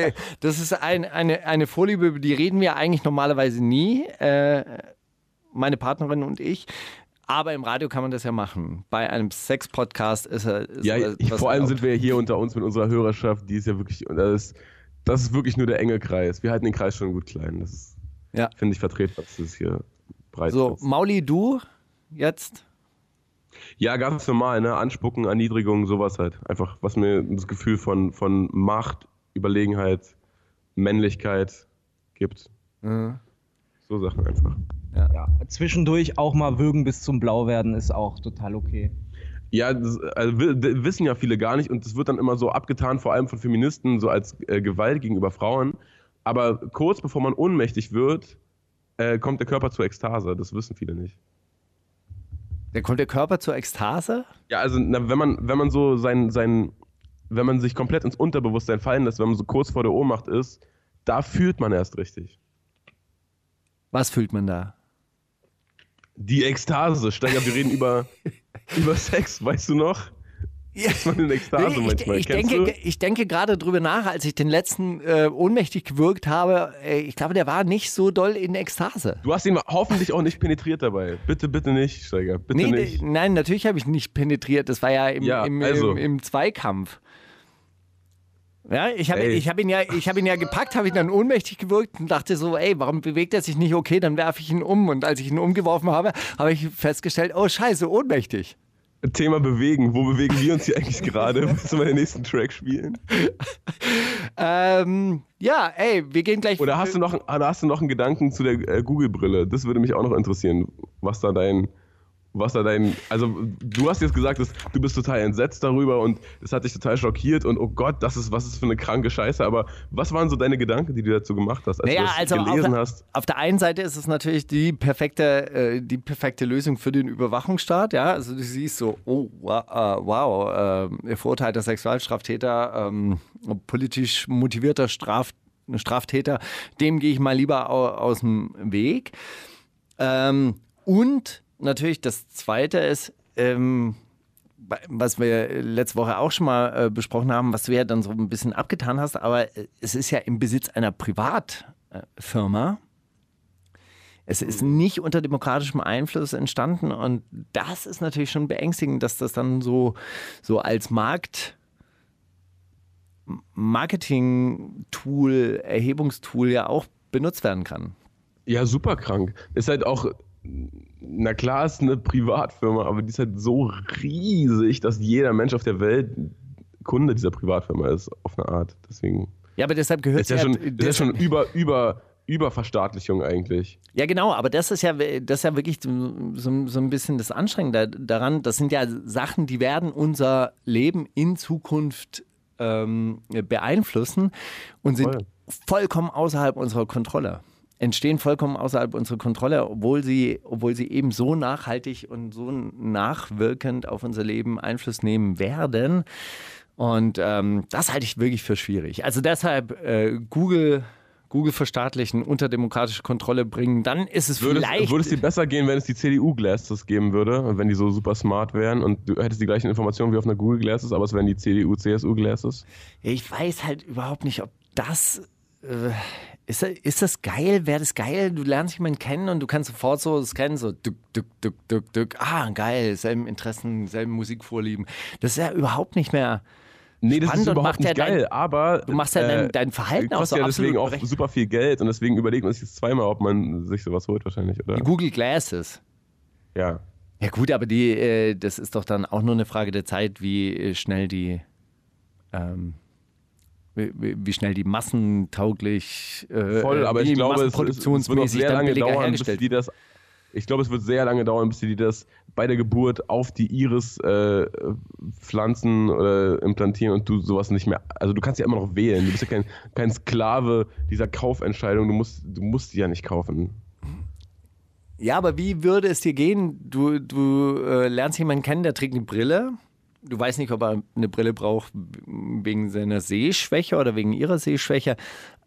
eine Vorliebe, über die reden wir eigentlich normalerweise nie, meine Partnerin und ich. Aber im Radio kann man das ja machen. Bei einem Sex-Podcast ist vor allem sind wir hier unter uns mit unserer Hörerschaft, die ist ja wirklich, das ist wirklich nur der enge Kreis. Wir halten den Kreis schon gut klein. Das ist, finde ich, vertretbar. Das ist hier so, Mauli, du jetzt? Ja, ganz normal, ne? Anspucken, Erniedrigung, sowas halt. Einfach, was mir das Gefühl von Macht, Überlegenheit, Männlichkeit gibt. Mhm. So Sachen einfach. Ja. Zwischendurch auch mal würgen bis zum Blau werden ist auch total okay. Ja, wissen ja viele gar nicht und das wird dann immer so abgetan, vor allem von Feministen, so als Gewalt gegenüber Frauen. Aber kurz bevor man ohnmächtig wird, kommt der Körper zur Ekstase. Das wissen viele nicht. Da kommt der Körper zur Ekstase? Ja, also wenn man so wenn man sich komplett ins Unterbewusstsein fallen lässt, wenn man so kurz vor der Ohnmacht ist, da fühlt man erst richtig. Was fühlt man da? Die Ekstase. Steiger, wir reden über Sex, weißt du noch? Ist man in Ekstase manchmal. Ich denke gerade drüber nach, als ich den letzten ohnmächtig gewürgt habe. Ich glaube, der war nicht so doll in Ekstase. Du hast ihn hoffentlich auch nicht penetriert dabei. Bitte, bitte nicht, Steiger. Bitte nicht. Nein, natürlich habe ich nicht penetriert. Das war ja im Zweikampf. Ja, ich hab ihn ja gepackt, habe ihn dann ohnmächtig gewürgt und dachte so, warum bewegt er sich nicht? Okay, dann werfe ich ihn um. Und als ich ihn umgeworfen habe, habe ich festgestellt, oh scheiße, ohnmächtig. Thema bewegen. Wo bewegen wir uns hier eigentlich gerade? Willst du mal den nächsten Track spielen? Wir gehen gleich... Oder hast du noch einen Gedanken zu der Google-Brille? Das würde mich auch noch interessieren, was da dein... Also du hast jetzt gesagt, du bist total entsetzt darüber und es hat dich total schockiert und oh Gott, was ist für eine kranke Scheiße, aber was waren so deine Gedanken, die du dazu gemacht hast, als du das gelesen hast? Auf der einen Seite ist es natürlich die perfekte Lösung für den Überwachungsstaat, ja, also du siehst so, verurteilter Sexualstraftäter, politisch motivierter Straftäter, dem gehe ich mal lieber aus dem Weg. Und natürlich, das Zweite ist, was wir letzte Woche auch schon mal besprochen haben, was du ja dann so ein bisschen abgetan hast, aber es ist ja im Besitz einer Privatfirma. Es ist nicht unter demokratischem Einfluss entstanden und das ist natürlich schon beängstigend, dass das dann so als Marketing-Tool, Erhebungstool ja auch benutzt werden kann. Ja, super krank. Ist halt auch... Na klar, ist eine Privatfirma, aber die ist halt so riesig, dass jeder Mensch auf der Welt Kunde dieser Privatfirma ist, auf eine Art. Deswegen. Ja, aber deshalb gehört es ja schon über Überverstaatlichung eigentlich. Ja, genau, aber das ist ja wirklich so ein bisschen das Anstrengende daran. Das sind ja Sachen, die werden unser Leben in Zukunft beeinflussen und sind vollkommen außerhalb unserer Kontrolle. Entstehen vollkommen außerhalb unserer Kontrolle, obwohl sie eben so nachhaltig und so nachwirkend auf unser Leben Einfluss nehmen werden. Und das halte ich wirklich für schwierig. Also deshalb Google verstaatlichen, unter demokratische Kontrolle bringen, dann ist es vielleicht... Würde es dir besser gehen, wenn es die CDU-Glasses geben würde, wenn die so super smart wären und du hättest die gleichen Informationen wie auf einer Google Glasses, aber es wären die CDU-CSU-Glasses? Ich weiß halt überhaupt nicht, ob das... Ist das geil? Wäre das geil? Du lernst jemanden kennen und du kannst sofort so scannen, so dück. Ah, geil, selben Interessen, selben Musikvorlieben. Das ist ja überhaupt nicht mehr... Nee, das ist überhaupt nicht geil, aber... Du machst ja dein Verhalten auch so absolut... deswegen auch super viel Geld und deswegen überlegt man sich jetzt zweimal, ob man sich sowas holt wahrscheinlich, oder? Die Google Glasses. Ja. Ja gut, aber das ist doch dann auch nur eine Frage der Zeit, wie schnell die massentauglich voll, aber ich glaube, es wird sehr lange dauern, bis die das... Ich glaube, es wird sehr lange dauern, bis die das bei der Geburt auf die Iris pflanzen oder implantieren und du sowas nicht mehr... Also du kannst ja immer noch wählen. Du bist ja kein Sklave dieser Kaufentscheidung. Du musst die ja nicht kaufen. Ja, aber wie würde es dir gehen? Du lernst jemanden kennen, der trägt eine Brille. Du weißt nicht, ob er eine Brille braucht wegen seiner Sehschwäche oder wegen ihrer Sehschwäche.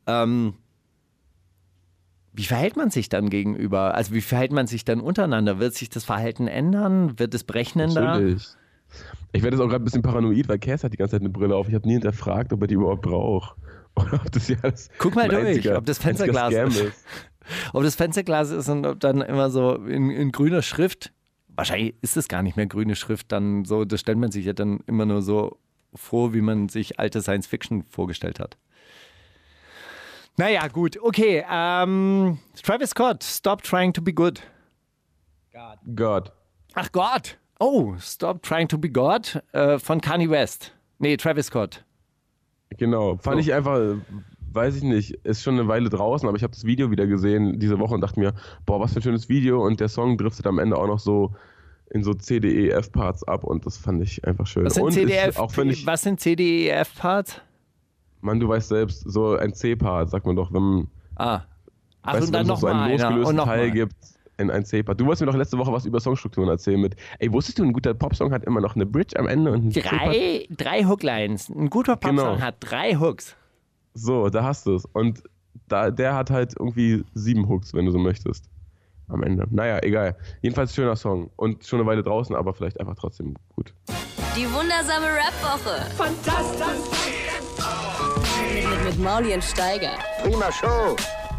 Wie verhält man sich dann gegenüber? Also wie verhält man sich dann untereinander? Wird sich das Verhalten ändern? Wird es berechnender? Natürlich. Ich werde jetzt auch gerade ein bisschen paranoid, weil Cass hat die ganze Zeit eine Brille auf. Ich habe nie hinterfragt, ob er die überhaupt braucht. Oder ob das ja Guck mal durch, ob das Fensterglas ist. Ob das Fensterglas ist und ob dann immer so in grüner Schrift, wahrscheinlich ist es gar nicht mehr grüne Schrift, dann so, das stellt man sich ja dann immer nur so vor, wie man sich alte Science-Fiction vorgestellt hat. Naja, gut, okay. Travis Scott, Stop Trying to be Good. God. Ach Gott. Oh, Stop Trying to be God von Kanye West. Nee, Travis Scott. Genau, fand ich einfach, weiß ich nicht, ist schon eine Weile draußen, aber ich habe das Video wieder gesehen diese Woche und dachte mir, boah, was für ein schönes Video und der Song driftet am Ende auch noch so in so C-D-E-F-Parts ab und das fand ich einfach schön. Was sind C-D-E-F-Parts? Mann, du weißt selbst, so ein C-Part, sagt man doch, wenn und dann wenn es so einen losgelösten Teil gibt in ein C-Part. Du wolltest mir doch letzte Woche was über Songstrukturen erzählen mit, wusstest du, ein guter Popsong hat immer noch eine Bridge am Ende und drei Hooklines. Ein guter Popsong hat 3 Hooks. So, da hast du es. Und der hat halt irgendwie 7 Hooks, wenn du so möchtest. Am Ende. Naja, egal. Jedenfalls schöner Song. Und schon eine Weile draußen, aber vielleicht einfach trotzdem gut. Die wundersame Rap-Woche. Fantastisch. Mit Mauli und Steiger. Prima Show.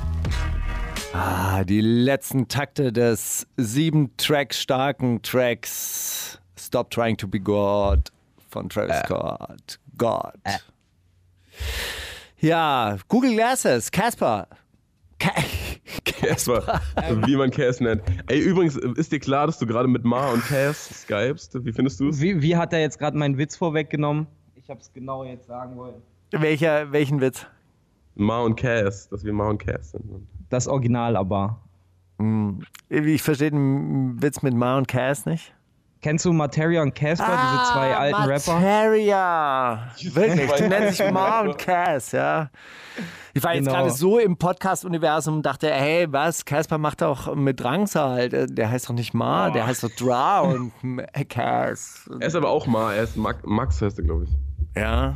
Die letzten Takte des 7 Tracks starken Tracks Stop Trying to be God von Travis Scott. God. Ja, Google Glasses, Casper. Casper, wie man Cass nennt. Ey, übrigens, ist dir klar, dass du gerade mit Ma und Cass skypst? Wie findest du es? Wie hat er jetzt gerade meinen Witz vorweggenommen? Ich hab's genau jetzt sagen wollen. Welchen Witz? Ma und Cass, dass wir Ma und Cass sind. Das Original aber. Ich verstehe den Witz mit Ma und Cass nicht. Kennst du Materia und Casper, diese 2 alten Rapper? Materia! Wirklich, die nennen sich Ma und Cass, ja. Ich war jetzt gerade so im Podcast-Universum und dachte, hey, was? Casper macht doch mit Drangsal. Der heißt doch nicht Ma, der heißt doch Dra und Cass. Er ist aber auch Ma, er ist Max heißt er, glaube ich. Ja.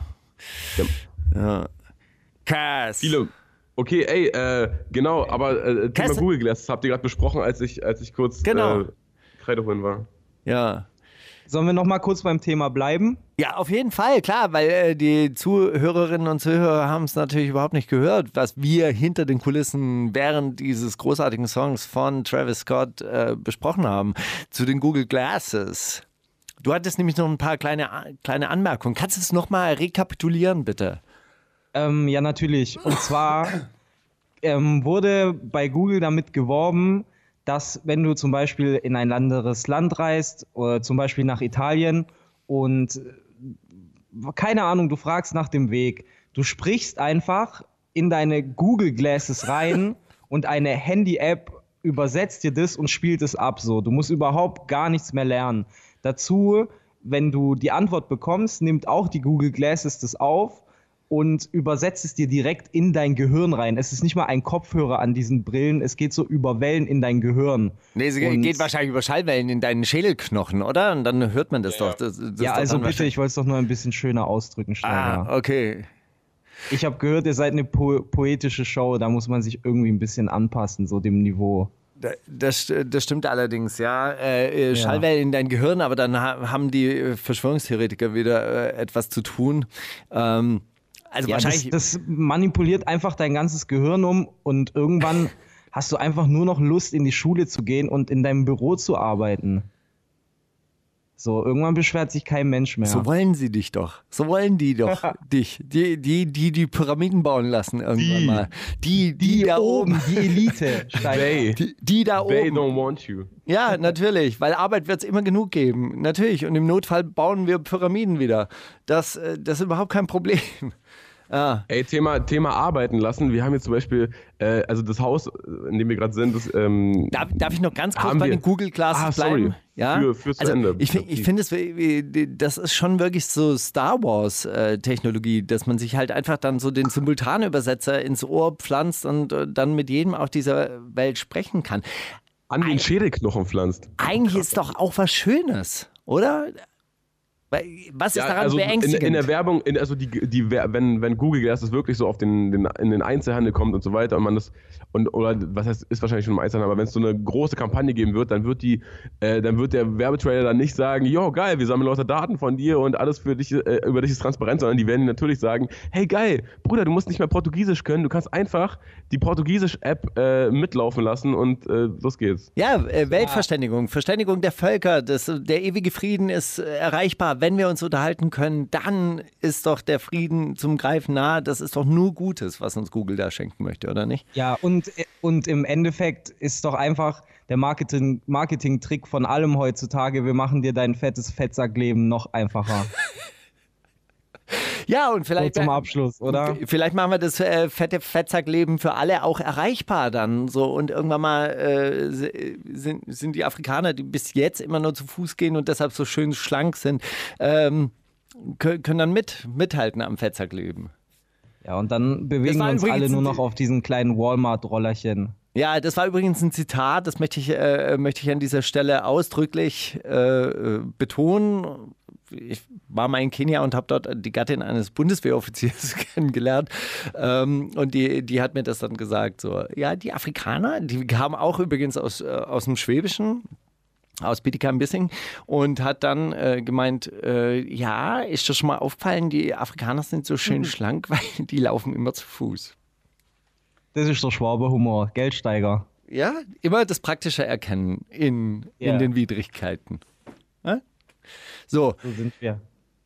Cass. Viele. Okay, ey, genau, aber Thema Google Glass habt ihr gerade besprochen, als ich kurz Kreide holen war. Ja. Sollen wir noch mal kurz beim Thema bleiben? Ja, auf jeden Fall, klar, weil die Zuhörerinnen und Zuhörer haben es natürlich überhaupt nicht gehört, was wir hinter den Kulissen während dieses großartigen Songs von Travis Scott besprochen haben zu den Google Glasses. Du hattest nämlich noch ein paar kleine Anmerkungen. Kannst du es noch mal rekapitulieren, bitte? Ja, natürlich. Und zwar wurde bei Google damit geworben, dass wenn du zum Beispiel in ein anderes Land reist, oder zum Beispiel nach Italien und keine Ahnung, du fragst nach dem Weg, du sprichst einfach in deine Google Glasses rein und eine Handy-App übersetzt dir das und spielt es ab so. Du musst überhaupt gar nichts mehr lernen. Dazu, wenn du die Antwort bekommst, nimmt auch die Google Glasses das auf und übersetzt es dir direkt in dein Gehirn rein. Es ist nicht mal ein Kopfhörer an diesen Brillen, es geht so über Wellen in dein Gehirn. Nee, es geht wahrscheinlich über Schallwellen in deinen Schädelknochen, oder? Und dann hört man das doch. Das also bitte, ich wollte es doch nur ein bisschen schöner ausdrücken, Steiger. Okay. Ich habe gehört, ihr seid eine poetische Show, da muss man sich irgendwie ein bisschen anpassen, so dem Niveau. Das stimmt allerdings, ja. Schallwellen in dein Gehirn, aber dann haben die Verschwörungstheoretiker wieder etwas zu tun. Also wahrscheinlich. Das manipuliert einfach dein ganzes Gehirn um und irgendwann hast du einfach nur noch Lust, in die Schule zu gehen und in deinem Büro zu arbeiten. So, irgendwann beschwert sich kein Mensch mehr. So wollen sie dich doch. So wollen die doch dich. Die Pyramiden bauen lassen irgendwann mal. Die da oben. Die Elite. Die da oben. They don't want you. Ja, natürlich, weil Arbeit wird es immer genug geben. Natürlich. Und im Notfall bauen wir Pyramiden wieder. Das ist überhaupt kein Problem. Ah. Ey, Thema arbeiten lassen. Wir haben jetzt zum Beispiel, also das Haus, in dem wir gerade sind, das, Darf ich noch ganz kurz bei den Google Glasses bleiben? Sorry. Ja? Fürs Ende. Ich finde, das ist schon wirklich so Star Wars Technologie, dass man sich halt einfach dann so den Simultanübersetzer ins Ohr pflanzt und dann mit jedem auf dieser Welt sprechen kann. An den Schädelknochen pflanzt. Eigentlich ist doch auch was Schönes, oder? Was ist daran beängstigend? In der Werbung, wenn Google Glass wirklich so auf in den Einzelhandel kommt und so weiter und man das oder was heißt, ist wahrscheinlich schon im Einzelhandel, aber wenn es so eine große Kampagne geben wird, dann wird der Werbetrailer dann nicht sagen, jo geil, wir sammeln lauter Daten von dir und alles für dich, über dich ist transparent, sondern die werden natürlich sagen, hey geil, Bruder, du musst nicht mehr Portugiesisch können, du kannst einfach die Portugiesisch-App mitlaufen lassen und los geht's. Ja, Weltverständigung, Verständigung der Völker, der ewige Frieden ist erreichbar. Wenn wir uns unterhalten können, dann ist doch der Frieden zum Greifen nahe. Das ist doch nur Gutes, was uns Google da schenken möchte, oder nicht? Ja, und im Endeffekt ist doch einfach der Marketing-Trick von allem heutzutage, wir machen dir dein fettes Fettsackleben noch einfacher. Ja, und vielleicht so zum Abschluss, oder? Vielleicht machen wir das fette Fettsackleben für alle auch erreichbar dann. So, und irgendwann mal sind die Afrikaner, die bis jetzt immer nur zu Fuß gehen und deshalb so schön schlank sind, können dann mithalten am Fettsackleben. Ja, und dann bewegen wir uns alle nur noch auf diesen kleinen Walmart-Rollerchen. Ja, das war übrigens ein Zitat, das möchte ich an dieser Stelle ausdrücklich betonen. Ich war mal in Kenia und habe dort die Gattin eines Bundeswehroffiziers kennengelernt und die hat mir das dann gesagt, so, ja, die Afrikaner, die kamen auch übrigens aus dem Schwäbischen, aus Bietigheim-Bissing und hat dann gemeint, ja, ist das schon mal aufgefallen, die Afrikaner sind so schön schlank, weil die laufen immer zu Fuß. Das ist der Schwaber-Humor, Geldsteiger. Ja, immer das Praktische erkennen in den Widrigkeiten. Ja? So sind wir.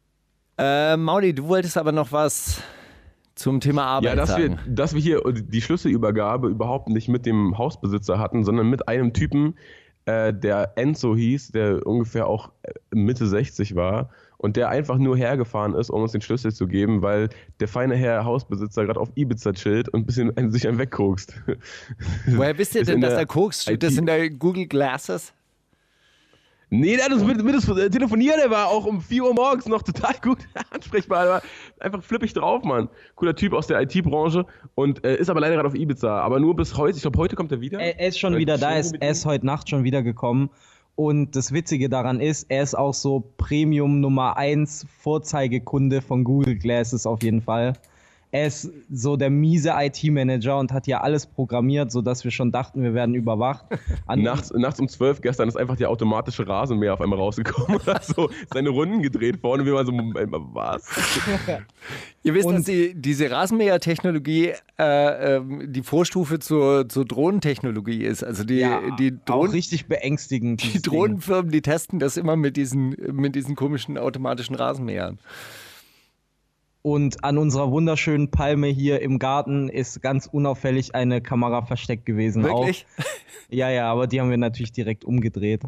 Mauli, du wolltest aber noch was zum Thema Arbeit sagen. Dass wir hier die Schlüsselübergabe überhaupt nicht mit dem Hausbesitzer hatten, sondern mit einem Typen, der Enzo hieß, der ungefähr auch Mitte 60 war und der einfach nur hergefahren ist, um uns den Schlüssel zu geben, weil der feine Herr Hausbesitzer gerade auf Ibiza chillt und sich einen wegkokst. Woher wisst ihr denn, dass er kokst? Steht das in der Google Glasses? Nee, der hat uns mit das telefonieren, der war auch um 4 Uhr morgens noch total gut ansprechbar, der war einfach flippig drauf, Mann. Cooler Typ aus der IT-Branche und ist aber leider gerade auf Ibiza, aber nur bis heute, ich glaube heute kommt er wieder. Er ist schon wieder da, er ist heute Nacht schon wieder gekommen und das Witzige daran ist, er ist auch so Premium Nummer 1 Vorzeigekunde von Google Glasses auf jeden Fall. Er ist so der miese IT-Manager und hat ja alles programmiert, sodass wir schon dachten, wir werden überwacht. Nachts um 12 gestern ist einfach der automatische Rasenmäher auf einmal rausgekommen und hat so seine Runden gedreht vorne. Wir waren so, Moment mal, was? Ihr wisst, dass diese Rasenmäher-Technologie die Vorstufe zur Drohnentechnologie ist. Also die Drohnen, auch richtig beängstigend. Die Drohnenfirmen, die testen das immer mit diesen komischen automatischen Rasenmähern. Und an unserer wunderschönen Palme hier im Garten ist ganz unauffällig eine Kamera versteckt gewesen. Wirklich? Auch. Ja, aber die haben wir natürlich direkt umgedreht.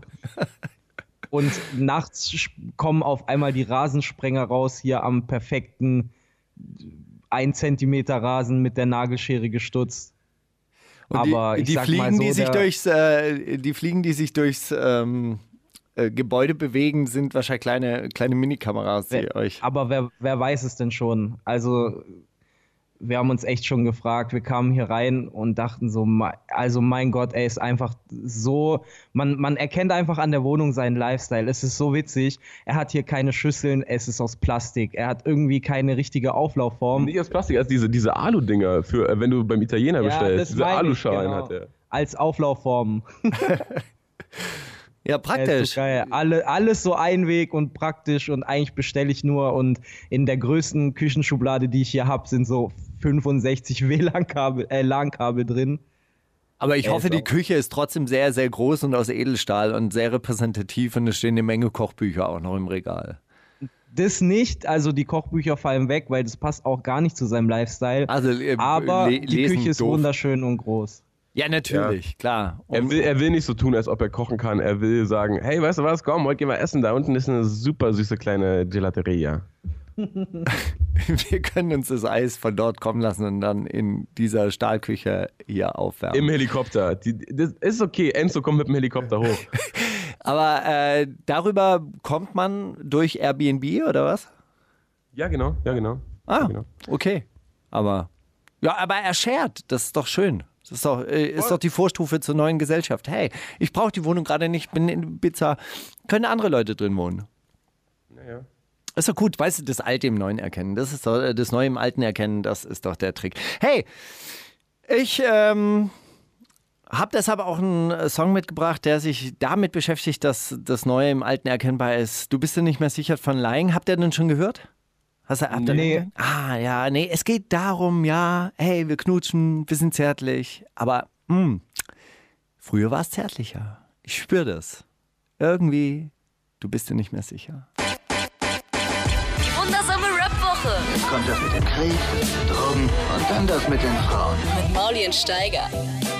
Und nachts kommen auf einmal die Rasensprenger raus, hier am perfekten 1 Zentimeter Rasen mit der Nagelschere gestutzt. Aber die Fliegen, die sich durchs Gebäude bewegen, sind wahrscheinlich kleine Minikameras, die euch. Aber wer weiß es denn schon? Also, wir haben uns echt schon gefragt. Wir kamen hier rein und dachten so, also mein Gott, er ist einfach so, man erkennt einfach an der Wohnung seinen Lifestyle. Es ist so witzig. Er hat hier keine Schüsseln, es ist aus Plastik. Er hat irgendwie keine richtige Auflaufform. Nicht aus Plastik, als diese Alu-Dinger, für wenn du beim Italiener bestellst. Diese Aluschalen hat er. Als Auflaufform. Ja, praktisch. So geil. Alles so Einweg und praktisch und eigentlich bestelle ich nur und in der größten Küchenschublade, die ich hier habe, sind so 65 LAN-Kabel drin. Aber ich hoffe, die Küche ist trotzdem sehr, sehr groß und aus Edelstahl und sehr repräsentativ und es stehen eine Menge Kochbücher auch noch im Regal. Das nicht, also die Kochbücher fallen weg, weil das passt auch gar nicht zu seinem Lifestyle. Also, aber die Küche ist wunderschön und groß. Ja, natürlich, klar. Er will nicht so tun, als ob er kochen kann. Er will sagen, hey, weißt du was, komm, heute gehen wir essen. Da unten ist eine super süße kleine Gelateria. Wir können uns das Eis von dort kommen lassen und dann in dieser Stahlküche hier aufwärmen. Im Helikopter. Das ist okay, Enzo kommt mit dem Helikopter hoch. Aber darüber kommt man durch Airbnb oder was? Ja, genau. Ah, ja, genau. Okay. Aber er shared, das ist doch schön. Das ist doch die Vorstufe zur neuen Gesellschaft. Hey, ich brauche die Wohnung gerade nicht, bin in Ibiza. Können andere Leute drin wohnen? Naja. Ist doch gut, weißt du, das Alte im Neuen erkennen. Das ist doch das Neue im Alten erkennen, das ist doch der Trick. Hey, ich habe deshalb auch einen Song mitgebracht, der sich damit beschäftigt, dass das Neue im Alten erkennbar ist. Du bist dir nicht mehr sicher von Lying. Habt ihr den schon gehört? Nee. Es geht darum, hey, wir knutschen, wir sind zärtlich, aber früher war es zärtlicher. Ich spüre das. Irgendwie, du bist dir nicht mehr sicher. Die wundersame Rap-Woche Jetzt kommt das mit dem Krieg, Drogen und dann das mit den Frauen. mit Mauli und Steiger.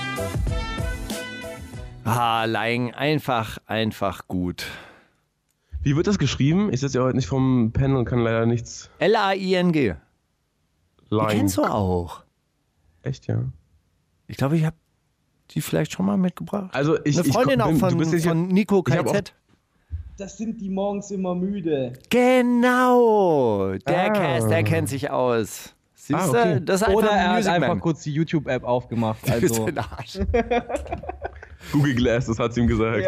Lying, einfach gut. Wie wird das geschrieben? Ich sitze ja heute nicht vom Pen und kann leider nichts. L-A-I-N-G. Die kennst du auch. Echt, ja? Ich glaube, ich habe die vielleicht schon mal mitgebracht. Also eine Freundin auch von Nico KZ. Das sind die morgens immer müde. Genau. Der kennt sich aus. Siehst du? Okay. Das ist einfach Oder er hat Music einfach Man. kurz die YouTube-App aufgemacht. Du bist Also. ein Arsch. Google Glass, das hat sie ihm gesagt.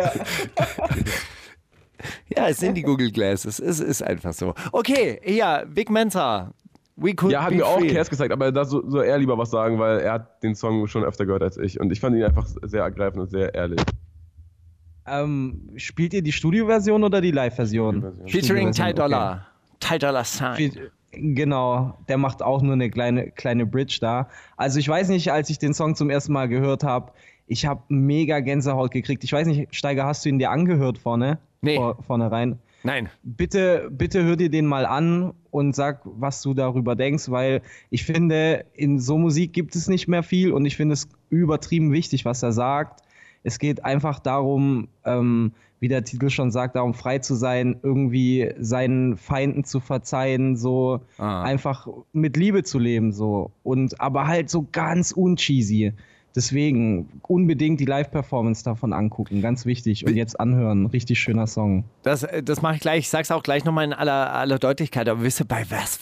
Ja, es sind die Google Glasses. Es ist einfach so. Okay, ja, Vic Mensa. We could Ja, hat be mir auch free. Kers gesagt, aber da soll er lieber was sagen, weil er hat den Song schon öfter gehört als ich. Und ich fand ihn einfach sehr ergreifend und sehr ehrlich. Spielt ihr die Studioversion oder die Live-Version? Featuring Ty Okay. Dolla. Ty Dolla Sign. Genau, der macht auch nur eine kleine Bridge da. Also ich weiß nicht, als ich den Song zum ersten Mal gehört habe, ich habe mega Gänsehaut gekriegt. Ich weiß nicht, Steiger, hast du ihn dir angehört vorne? Nee. Vorne rein? Nein. Bitte hör dir den mal an und sag, was du darüber denkst, weil ich finde, in so Musik gibt es nicht mehr viel und ich finde es übertrieben wichtig, was er sagt. Es geht einfach darum, wie der Titel schon sagt, darum frei zu sein, irgendwie seinen Feinden zu verzeihen, so einfach mit Liebe zu leben, so. Und aber halt so ganz uncheesy. Deswegen unbedingt die Live-Performance davon angucken, ganz wichtig. Und jetzt anhören, richtig schöner Song. Das mache ich gleich. Ich sag's auch gleich nochmal in aller Deutlichkeit. Aber wisst ihr, bei was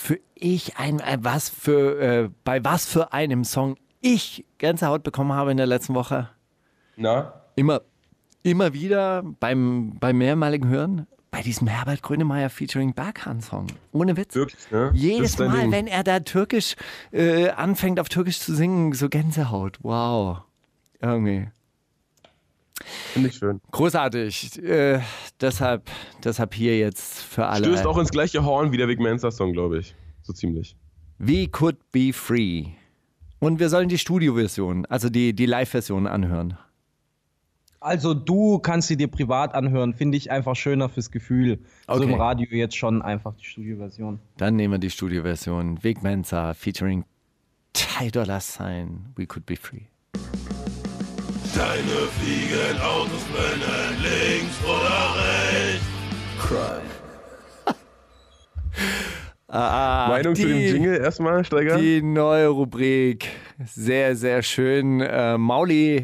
für einem Song ich Gänsehaut bekommen habe in der letzten Woche? Na? Immer wieder beim mehrmaligen Hören bei diesem Herbert Grönemeyer featuring Barkhan-Song. Ohne Witz. Wirklich, ne? Jedes Das ist dein Mal, Ding. wenn er da Türkisch anfängt, auf Türkisch zu singen, so Gänsehaut. Wow. Irgendwie. Finde ich schön. Großartig. Deshalb hier jetzt für alle. Stößt auch ins gleiche Horn wie der Vic Mensa-Song, glaube ich. So ziemlich. We Could Be Free. Und wir sollen die Studioversion, also die Live-Version anhören. Also du kannst sie dir privat anhören, finde ich einfach schöner fürs Gefühl. So Okay. im Radio jetzt schon einfach die Studioversion. Dann nehmen wir die Studioversion. Vic Mensa featuring Ty Dolla Sign. We Could Be Free. Steine fliegen, Autos brennen, links oder rechts. Meinung zu dem Jingle erstmal, Steiger? Die neue Rubrik. Sehr, sehr schön. Mauli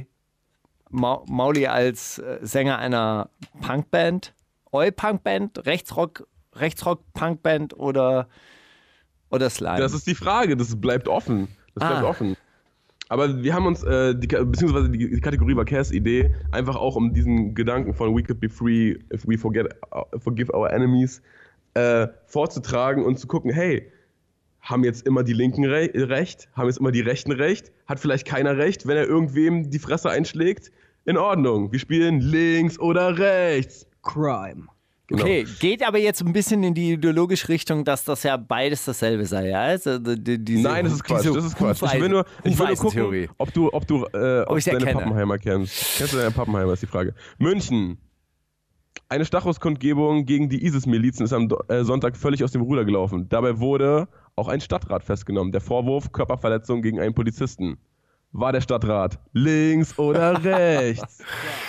als Sänger einer Punkband. Oi-Punkband, Rechtsrock-Punkband oder Slime? Das ist die Frage, das bleibt offen. Aber wir haben uns, beziehungsweise die Kategorie war Cass' Idee, einfach auch um diesen Gedanken von We could be free if we forgive our enemies vorzutragen und zu gucken, hey, haben jetzt immer die Linken recht? Haben jetzt immer die Rechten recht? Hat vielleicht keiner recht, wenn er irgendwem die Fresse einschlägt? In Ordnung, wir spielen links oder rechts. Crime. Genau. Okay, geht aber jetzt ein bisschen in die ideologische Richtung, dass das ja beides dasselbe sei, ja? Also Nein, das ist Quatsch, Ich will nur gucken, ob du deine Pappenheimer kennst. Kennst du deine Pappenheimer, ist die Frage. München. Eine Stachus-Kundgebung gegen die ISIS-Milizen ist am Sonntag völlig aus dem Ruder gelaufen. Dabei wurde auch ein Stadtrat festgenommen. Der Vorwurf, Körperverletzung gegen einen Polizisten. War der Stadtrat links oder rechts?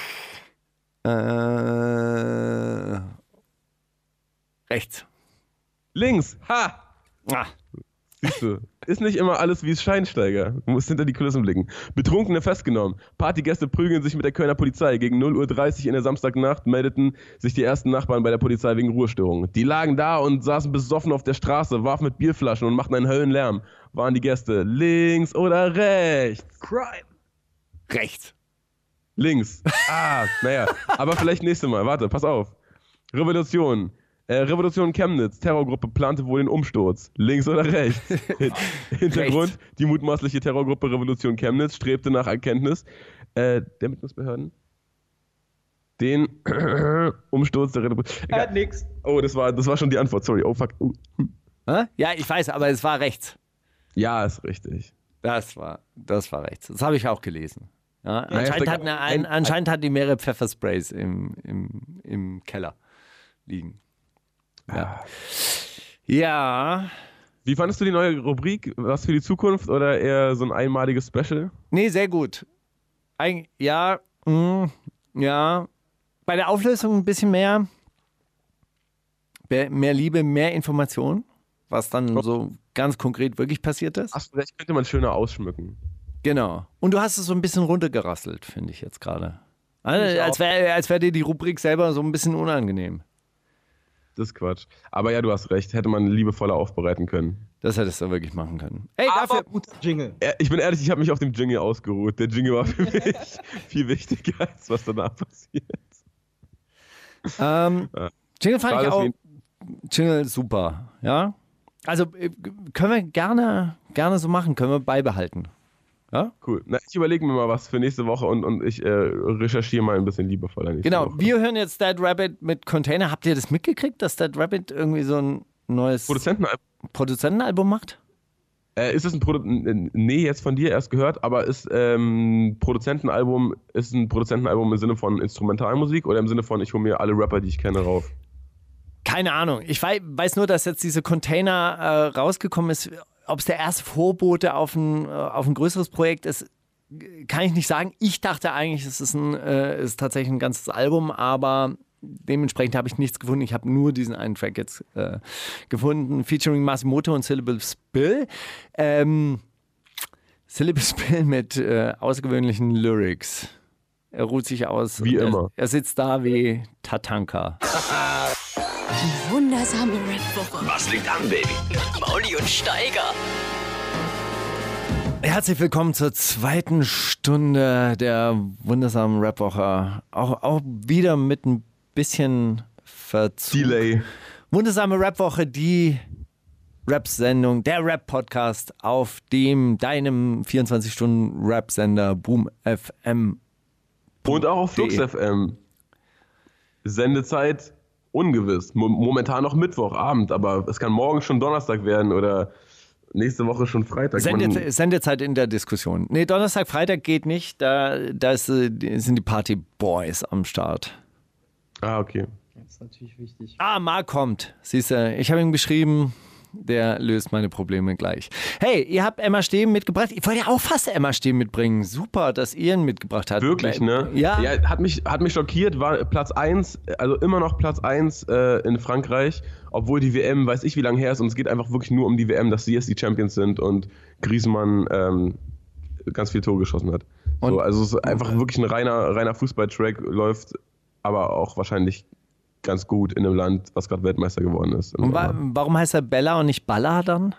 Rechts. Links. Ha! Siehst du, ist nicht immer alles wie es scheint, Steiger. Du musst hinter die Kulissen blicken. Betrunkene festgenommen. Partygäste prügeln sich mit der Kölner Polizei. Gegen 0:30 Uhr in der Samstagnacht meldeten sich die ersten Nachbarn bei der Polizei wegen Ruhestörungen. Die lagen da und saßen besoffen auf der Straße, warfen mit Bierflaschen und machten einen Höllenlärm. Waren die Gäste links oder rechts? Crime. Rechts. Links. Naja. Aber vielleicht nächstes Mal. Warte, pass auf. Revolution Chemnitz, Terrorgruppe plante wohl den Umsturz. Links oder rechts? Hintergrund, rechts. Die mutmaßliche Terrorgruppe Revolution Chemnitz strebte nach Erkenntnis der Ermittlungsbehörden den Umsturz der Republik. Nix. Oh, das war schon die Antwort, sorry. Oh, fuck. Ja, ich weiß, aber es war rechts. Ja, ist richtig. Das war rechts. Das habe ich auch gelesen. Ja, Naja, anscheinend hat die mehrere Pfeffersprays im Keller liegen. Ja. Wie fandest du die neue Rubrik? Was für die Zukunft oder eher so ein einmaliges Special? Nee, sehr gut. Ja. Bei der Auflösung ein bisschen mehr Liebe, mehr Information, was dann so ganz konkret wirklich passiert ist. Ach, vielleicht könnte man schöner ausschmücken. Genau. Und du hast es so ein bisschen runtergerasselt, finde ich jetzt gerade. Also, als wäre dir die Rubrik selber so ein bisschen unangenehm. Das ist Quatsch. Aber ja, du hast recht. Hätte man liebevoller aufbereiten können. Das hättest du wirklich machen können. Ey, dafür guter Jingle. Ich bin ehrlich, ich habe mich auf dem Jingle ausgeruht. Der Jingle war für mich viel wichtiger, als was danach passiert. Jingle fand ich auch. Jingle super, ja. Also können wir gerne so machen, können wir beibehalten. Ja? Cool. Na, ich überlege mir mal was für nächste Woche und ich recherchiere mal ein bisschen liebevoller nächste Woche. Genau, wir hören jetzt Dead Rabbit mit Container. Habt ihr das mitgekriegt, dass Dead Rabbit irgendwie so ein neues Produzentenalbum macht? Ist es nee, jetzt von dir erst gehört, aber ist ein Produzentenalbum im Sinne von Instrumentalmusik oder im Sinne von, ich hole mir alle Rapper, die ich kenne, rauf? Keine Ahnung. Ich weiß nur, dass jetzt diese Container rausgekommen ist. Ob es der erste Vorbote auf ein größeres Projekt ist, kann ich nicht sagen. Ich dachte eigentlich, es ist tatsächlich ein ganzes Album, aber dementsprechend habe ich nichts gefunden. Ich habe nur diesen einen Track jetzt gefunden, featuring Masimoto und Syllable Spill. Syllable Spill mit außergewöhnlichen Lyrics. Er ruht sich aus. Wie immer. Er sitzt da wie Tatanka. Die wundersame Rap-Woche. Was liegt an, Baby? Mauli und Steiger. Herzlich willkommen zur zweiten Stunde der wundersamen Rap-Woche. Auch wieder mit ein bisschen Verzug. Delay. Wundersame Rap-Woche, die Rap-Sendung, der Rap-Podcast auf deinem 24-Stunden-Rap-Sender Boom FM. Und auch auf Flux FM. Sendezeit ungewiss. Momentan noch Mittwochabend, aber es kann morgen schon Donnerstag werden oder nächste Woche schon Freitag. Sendezeit in der Diskussion. Nee, Donnerstag, Freitag geht nicht. Da sind die Party-Boys am Start. Ah, okay. Das ist natürlich wichtig. Marc kommt. Siehst du, ich habe ihm geschrieben, der löst meine Probleme gleich. Hey, ihr habt Emma Steen mitgebracht. Ich wollte ja auch fast Emma Steen mitbringen. Super, dass ihr ihn mitgebracht habt. Wirklich, ne? Ja. Hat mich schockiert, war Platz 1, also immer noch Platz 1 in Frankreich, obwohl die WM, weiß ich wie lange her ist und es geht einfach wirklich nur um die WM, dass sie jetzt die Champions sind und Griezmann ganz viele Tore geschossen hat. So, also es ist einfach wirklich ein reiner Fußballtrack, läuft aber auch wahrscheinlich ganz gut in einem Land, was gerade Weltmeister geworden ist. Und warum heißt er Bella und nicht Balla dann?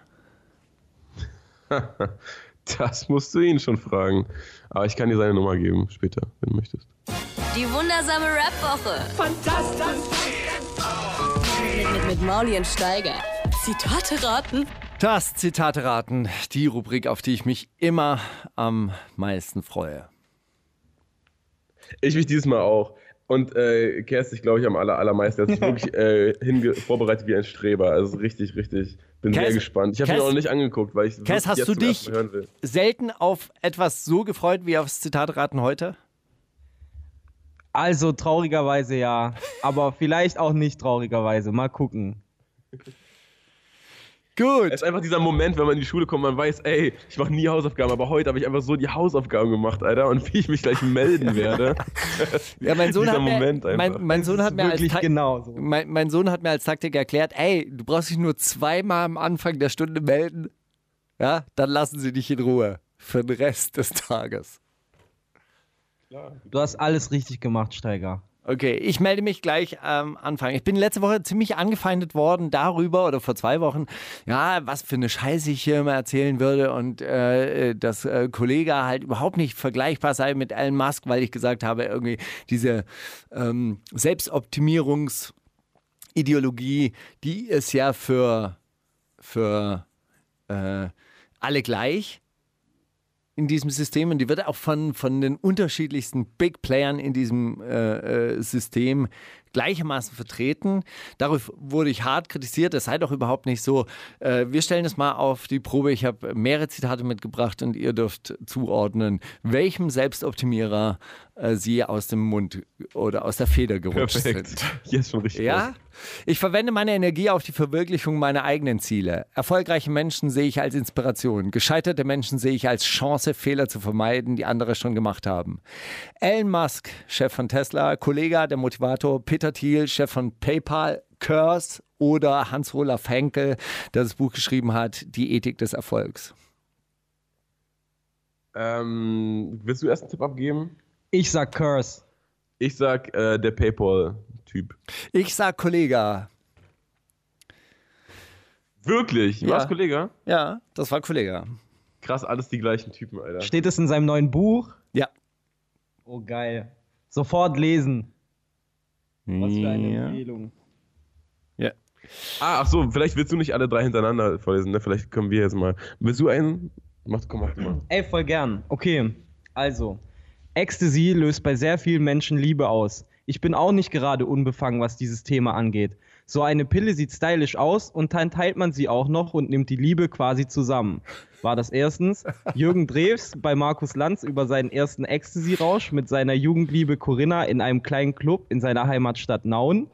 Das musst du ihn schon fragen. Aber ich kann dir seine Nummer geben später, wenn du möchtest. Die wundersame Rap-Woche. Fantastisch. Mit Mauli und Steiger. Zitate raten. Das Zitate raten, die Rubrik, auf die ich mich immer am meisten freue. Ich mich dieses Mal auch. Und Kerst sich, glaube ich, am allermeisten. Er hat sich wirklich vorbereitet wie ein Streber. Also richtig. Bin sehr gespannt. Ich habe ihn auch noch nicht angeguckt, weil ich Kerst, hast du dich selten auf etwas so gefreut wie aufs Zitate raten heute? Also traurigerweise ja, aber vielleicht auch nicht traurigerweise. Mal gucken. Gut. Es ist einfach dieser Moment, wenn man in die Schule kommt, man weiß, ey, ich mache nie Hausaufgaben, aber heute habe ich einfach so die Hausaufgaben gemacht, Alter, und wie ich mich gleich melden werde. Ja, mein Sohn hat mein Sohn hat mir als Taktik erklärt, ey, du brauchst dich nur zweimal am Anfang der Stunde melden, ja, dann lassen sie dich in Ruhe für den Rest des Tages. Du hast alles richtig gemacht, Steiger. Okay, ich melde mich gleich am Anfang. Ich bin letzte Woche ziemlich angefeindet worden darüber, oder vor 2 Wochen, ja, was für eine Scheiße ich hier immer erzählen würde und dass Kollege halt überhaupt nicht vergleichbar sei mit Elon Musk, weil ich gesagt habe, irgendwie diese Selbstoptimierungsideologie, die ist ja für alle gleich in diesem System und die wird auch von den unterschiedlichsten Big Playern in diesem System gleichermaßen vertreten. Darauf wurde ich hart kritisiert, das sei doch überhaupt nicht so. Wir stellen es mal auf die Probe. Ich habe mehrere Zitate mitgebracht und ihr dürft zuordnen, welchem Selbstoptimierer sie aus dem Mund oder aus der Feder gerutscht sind. Jetzt schon richtig. Ja? Ich verwende meine Energie auf die Verwirklichung meiner eigenen Ziele. Erfolgreiche Menschen sehe ich als Inspiration. Gescheiterte Menschen sehe ich als Chance, Fehler zu vermeiden, die andere schon gemacht haben. Elon Musk, Chef von Tesla, Kollega, der Motivator, Peter Thiel, Chef von PayPal, Curse oder Hans-Olaf Henkel, der das Buch geschrieben hat, Die Ethik des Erfolgs. Willst du erst einen Tipp abgeben? Ich sag Curse. Ich sag der PayPal-Typ. Ich sag Kollega. Wirklich? Ja. War's Kollega? Ja, das war Kollega. Krass, alles die gleichen Typen, Alter. Steht es in seinem neuen Buch? Ja. Oh, geil. Sofort lesen. Was für eine Empfehlung. Ja. Ach so, vielleicht willst du nicht alle 3 hintereinander vorlesen, ne? Vielleicht kommen wir jetzt mal. Willst du einen? Mach du mal. Ey, voll gern. Okay, also. Ecstasy löst bei sehr vielen Menschen Liebe aus. Ich bin auch nicht gerade unbefangen, was dieses Thema angeht. So eine Pille sieht stylisch aus und dann teilt man sie auch noch und nimmt die Liebe quasi zusammen. War das erstens. Jürgen Drews bei Markus Lanz über seinen ersten Ecstasy-Rausch mit seiner Jugendliebe Corinna in einem kleinen Club in seiner Heimatstadt Nauen.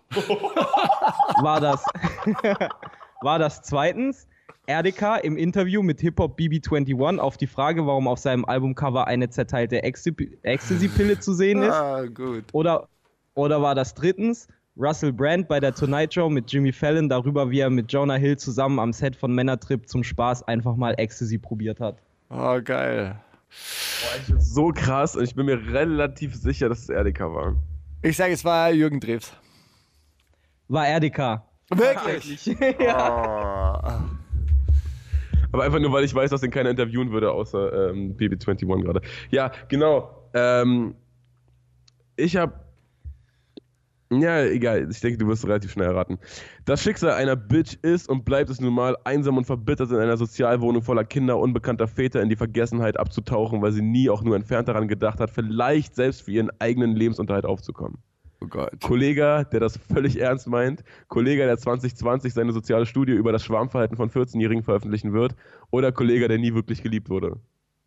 War das zweitens. Erdeka im Interview mit Hip-Hop BB21 auf die Frage, warum auf seinem Albumcover eine zerteilte Ecstasy-Pille zu sehen ist. Ah, gut. Oder war das drittens? Russell Brand bei der Tonight Show mit Jimmy Fallon darüber, wie er mit Jonah Hill zusammen am Set von Männertrip zum Spaß einfach mal Ecstasy probiert hat. Oh, geil. Boah, ich find's so krass und ich bin mir relativ sicher, dass es Erdeka war. Ich sage, es war Jürgen Drews. War Erdeka. Wirklich? Ja. Oh. Aber einfach nur, weil ich weiß, dass den keiner interviewen würde, außer BB21 gerade. Ja, genau. Ich habe... Ja, egal. Ich denke, du wirst relativ schnell erraten. Das Schicksal einer Bitch ist und bleibt es nun mal, einsam und verbittert in einer Sozialwohnung voller Kinder unbekannter Väter in die Vergessenheit abzutauchen, weil sie nie auch nur entfernt daran gedacht hat, vielleicht selbst für ihren eigenen Lebensunterhalt aufzukommen. Oh Gott. Kollege, der das völlig ernst meint, Kollege, der 2020 seine soziale Studie über das Schwarmverhalten von 14-Jährigen veröffentlichen wird, oder Kollege, der nie wirklich geliebt wurde?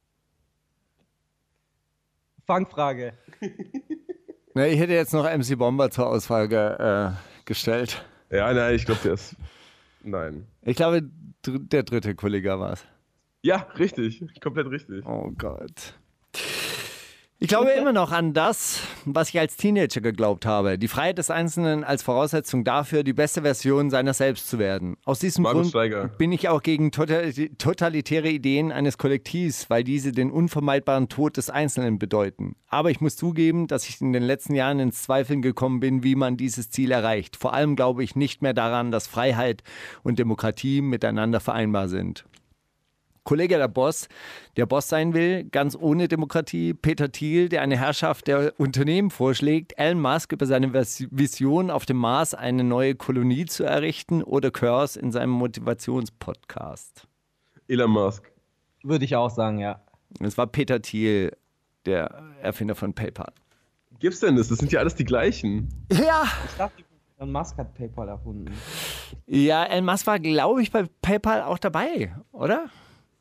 Fangfrage. Na, ich hätte jetzt noch MC Bomber zur Auswahl gestellt. Ja, nein, ich glaube, der ist... Nein. Ich glaube, der dritte Kollege war es. Ja, richtig. Komplett richtig. Oh Gott. Ich glaube immer noch an das, was ich als Teenager geglaubt habe. Die Freiheit des Einzelnen als Voraussetzung dafür, die beste Version seiner selbst zu werden. Aus diesem Grund bin ich auch gegen totalitäre Ideen eines Kollektivs, weil diese den unvermeidbaren Tod des Einzelnen bedeuten. Aber ich muss zugeben, dass ich in den letzten Jahren ins Zweifeln gekommen bin, wie man dieses Ziel erreicht. Vor allem glaube ich nicht mehr daran, dass Freiheit und Demokratie miteinander vereinbar sind. Kollege der Boss sein will, ganz ohne Demokratie. Peter Thiel, der eine Herrschaft der Unternehmen vorschlägt. Elon Musk über seine Vision, auf dem Mars eine neue Kolonie zu errichten. Oder Kurs in seinem Motivationspodcast. Elon Musk. Würde ich auch sagen, ja. Es war Peter Thiel, der Erfinder von PayPal. Gibt's denn das? Das sind ja alles die gleichen. Ja. Ich dachte, Elon Musk hat PayPal erfunden. Ja, Elon Musk war, glaube ich, bei PayPal auch dabei, oder?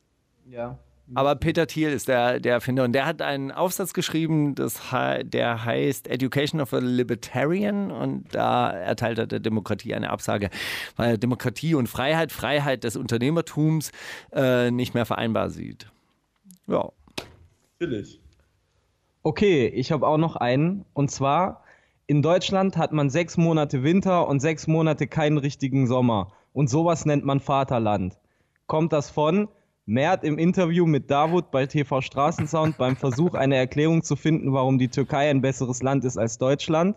Ja. Aber Peter Thiel ist der Erfinder und der hat einen Aufsatz geschrieben, der heißt Education of a Libertarian und da erteilt er der Demokratie eine Absage, weil Demokratie und Freiheit des Unternehmertums nicht mehr vereinbar sieht. Ja. Billig. Okay, ich habe auch noch einen und zwar in Deutschland hat man 6 Monate Winter und 6 Monate keinen richtigen Sommer und sowas nennt man Vaterland. Kommt das von Mert im Interview mit Davut bei TV Straßensound beim Versuch, eine Erklärung zu finden, warum die Türkei ein besseres Land ist als Deutschland.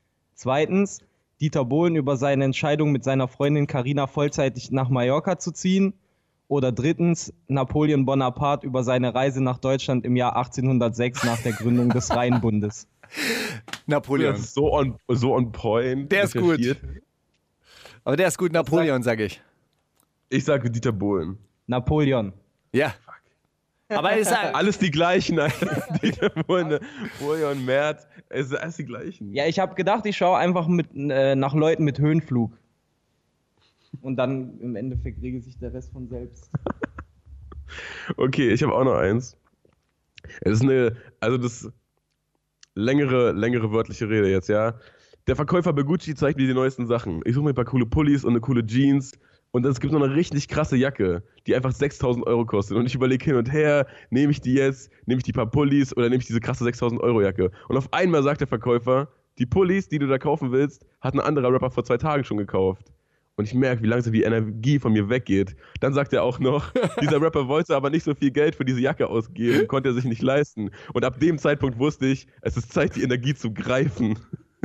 2. Dieter Bohlen über seine Entscheidung, mit seiner Freundin Carina vollzeitig nach Mallorca zu ziehen. Oder 3. Napoleon Bonaparte über seine Reise nach Deutschland im Jahr 1806 nach der Gründung des Rheinbundes. Napoleon. Das ist so on point. Der ist gut. Aber der ist gut, Napoleon, sage ich. Ich sage Dieter Bohlen. Napoleon. Ja. Aber ist alles die gleichen. Dieter Bohlen, Napoleon, Mert, es ist alles die gleichen. Ja, ich habe gedacht, ich schaue einfach nach Leuten mit Höhenflug. Und dann im Endeffekt regelt sich der Rest von selbst. Okay, ich habe auch noch eins. Es ist das längere wörtliche Rede jetzt, ja. Der Verkäufer bei Gucci zeigt mir die neuesten Sachen. Ich suche mir ein paar coole Pullis und eine coole Jeans. Und es gibt noch eine richtig krasse Jacke, die einfach 6.000 Euro kostet. Und ich überlege hin und her, nehme ich die jetzt, nehme ich die paar Pullis oder nehme ich diese krasse 6.000 Euro Jacke. Und auf einmal sagt der Verkäufer, die Pullis, die du da kaufen willst, hat ein anderer Rapper vor 2 Tagen schon gekauft. Und ich merke, wie langsam die Energie von mir weggeht. Dann sagt er auch noch, dieser Rapper wollte aber nicht so viel Geld für diese Jacke ausgeben, konnte er sich nicht leisten. Und ab dem Zeitpunkt wusste ich, es ist Zeit, die Energie zu greifen.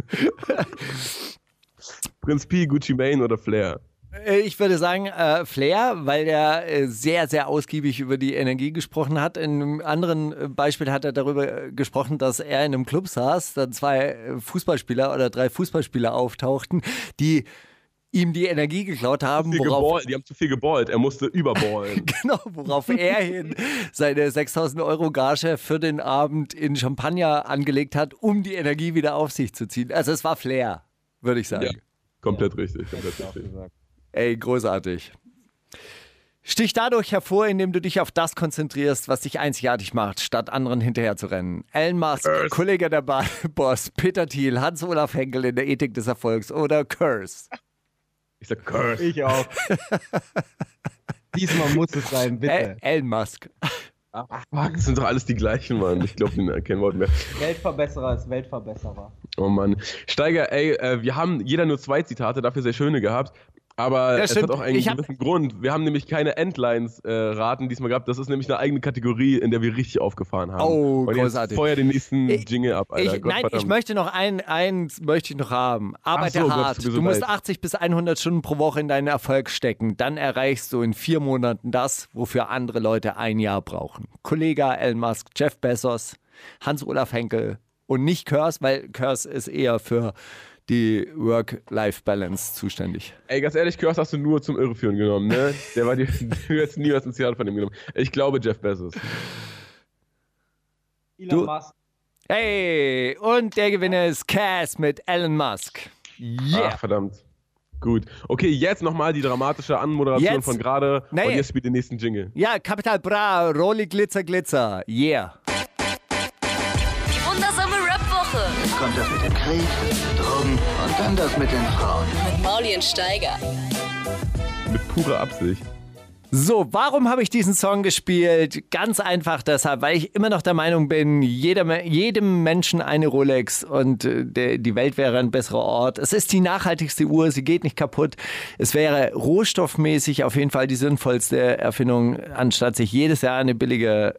Prinz P, Gucci Mane oder Flair? Ich würde sagen Flair, weil er sehr, sehr ausgiebig über die Energie gesprochen hat. In einem anderen Beispiel hat er darüber gesprochen, dass er in einem Club saß, dann 2 Fußballspieler oder 3 Fußballspieler auftauchten, die ihm die Energie geklaut haben. Die haben zu viel geballt, er musste überballen. Genau, worauf er hin seine 6.000 Euro Gage für den Abend in Champagner angelegt hat, um die Energie wieder auf sich zu ziehen. Also es war Flair, würde ich sagen. Ja, komplett richtig. Ey, großartig. Stich dadurch hervor, indem du dich auf das konzentrierst, was dich einzigartig macht, statt anderen hinterher zu rennen. Elon Musk, Kollege der Boss, Peter Thiel, Hans-Olaf Henkel in der Ethik des Erfolgs oder Curse. Ich sag Curse. Ich auch. Diesmal muss es sein, bitte. Elon Musk. Ach, fuck, das sind doch alles die gleichen, Mann. Ich glaube, die kennen Wort mehr. Weltverbesserer ist Weltverbesserer. Oh Mann. Steiger, wir haben jeder nur 2 Zitate, dafür sehr schöne gehabt. Aber es hat auch einen gewissen Grund. Wir haben nämlich keine Endlines-Raten diesmal gehabt. Das ist nämlich eine eigene Kategorie, in der wir richtig aufgefahren haben. Oh, und großartig. Jetzt feuer den nächsten Jingle ab, Alter. Nein, ich möchte noch eins möchte ich noch haben. Arbeite hart. Du musst 80 bis 100 Stunden pro Woche in deinen Erfolg stecken. Dann erreichst du in 4 Monaten das, wofür andere Leute 1 Jahr brauchen. Kollege Elon Musk, Jeff Bezos, Hans-Olaf Henkel und nicht Curse, weil Curse ist eher für die Work-Life-Balance zuständig. Ey, ganz ehrlich, Curse hast du nur zum Irreführen genommen, ne? Der war dir, du hättest nie was ins Zitat von ihm genommen. Ich glaube Jeff Bezos. Elon Musk. Hey, und der Gewinner ist Cass mit Elon Musk. Yeah. Ach, verdammt. Gut. Okay, jetzt nochmal die dramatische Anmoderation von gerade. Und jetzt spielt den nächsten Jingle. Ja, Capital Bra, Rolli Glitzer Glitzer. Yeah. Die wundersame Rap-Woche. Jetzt kommt das mit dem Krieg, Drogen und dann das mit den Frauen. Mit Mauli und Steiger. Mit purer Absicht. So, warum habe ich diesen Song gespielt? Ganz einfach deshalb, weil ich immer noch der Meinung bin, jedem Menschen eine Rolex und die Welt wäre ein besserer Ort. Es ist die nachhaltigste Uhr, sie geht nicht kaputt. Es wäre rohstoffmäßig auf jeden Fall die sinnvollste Erfindung, anstatt sich jedes Jahr eine billige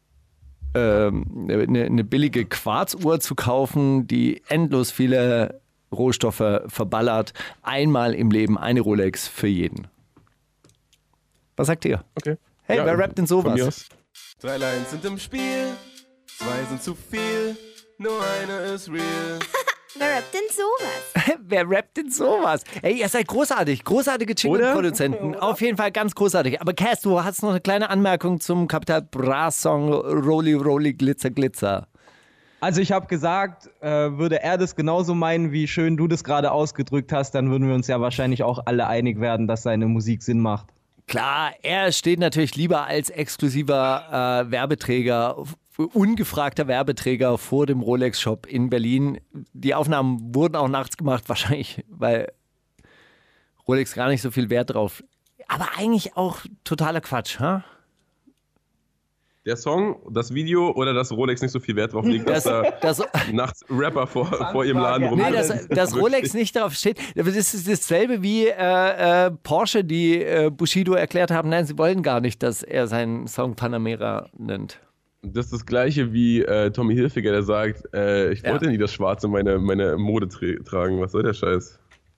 Quarzuhr zu kaufen, die endlos viele Rohstoffe verballert. Einmal im Leben eine Rolex für jeden. Was sagt ihr? Okay. Hey, wer rappt denn sowas? 3 Lines sind im Spiel, 2 sind zu viel, nur eine ist real. Wer rappt denn sowas? Wer rappt denn sowas? Ey, ihr seid großartig. Großartige Jingle-Produzenten. Auf jeden Fall ganz großartig. Aber Cass, du hast noch eine kleine Anmerkung zum Capital Bra Song Rolli Rolli Glitzer Glitzer. Also ich habe gesagt, würde er das genauso meinen, wie schön du das gerade ausgedrückt hast, dann würden wir uns ja wahrscheinlich auch alle einig werden, dass seine Musik Sinn macht. Klar, er steht natürlich lieber als exklusiver Werbeträger, ungefragter Werbeträger vor dem Rolex-Shop in Berlin. Die Aufnahmen wurden auch nachts gemacht, wahrscheinlich, weil Rolex gar nicht so viel Wert drauf. Aber eigentlich auch totaler Quatsch, ha? Der Song, das Video oder dass Rolex nicht so viel Wert drauf legt, dass da nachts Rapper vor ihrem Laden rumrennen. Nee, dass Rolex nicht darauf steht. Das ist dasselbe wie Porsche, die Bushido erklärt haben, nein, sie wollen gar nicht, dass er seinen Song Panamera nennt. Das ist das Gleiche wie Tommy Hilfiger, der sagt, ich wollte nie das Schwarze meine Mode tragen. Was soll der Scheiß?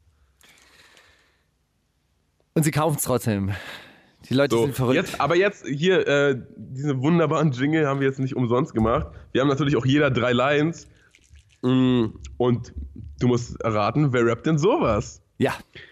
Und sie kaufen es trotzdem. Die Leute sind verrückt. Jetzt hier, diese wunderbaren Jingle haben wir jetzt nicht umsonst gemacht. Wir haben natürlich auch jeder 3 Lines. Und du musst erraten, wer rappt denn sowas? Ja.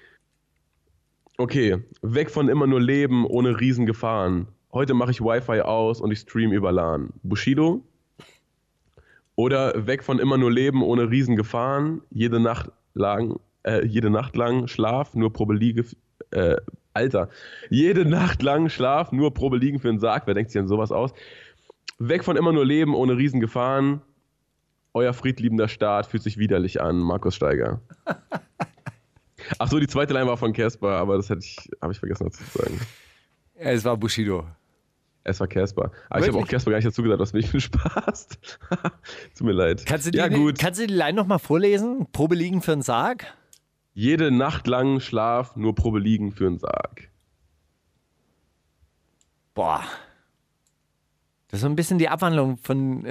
Okay, weg von immer nur Leben ohne Riesengefahren. Heute mache ich Wi-Fi aus und ich stream über LAN. Bushido? Oder weg von immer nur Leben ohne Riesengefahren. Jede Nacht lang Schlaf, nur Probe liege. Alter, jede Nacht lang Schlaf, nur Probe liegen für den Sarg. Wer denkt sich denn sowas aus? Weg von immer nur Leben ohne Riesengefahren. Euer friedliebender Staat fühlt sich widerlich an. Markus Steiger. Ach so, die zweite Line war von Casper, aber das habe ich vergessen dazu zu sagen. Es war Bushido. Es war Casper. Aber ich habe auch Casper gar nicht dazu gesagt, was mich für Spaß. Tut mir leid. Kannst du die Line nochmal vorlesen? Probe liegen für den Sarg? Jede Nacht lang Schlaf, nur Probe liegen für den Sarg. Boah. Das ist so ein bisschen die Abwandlung von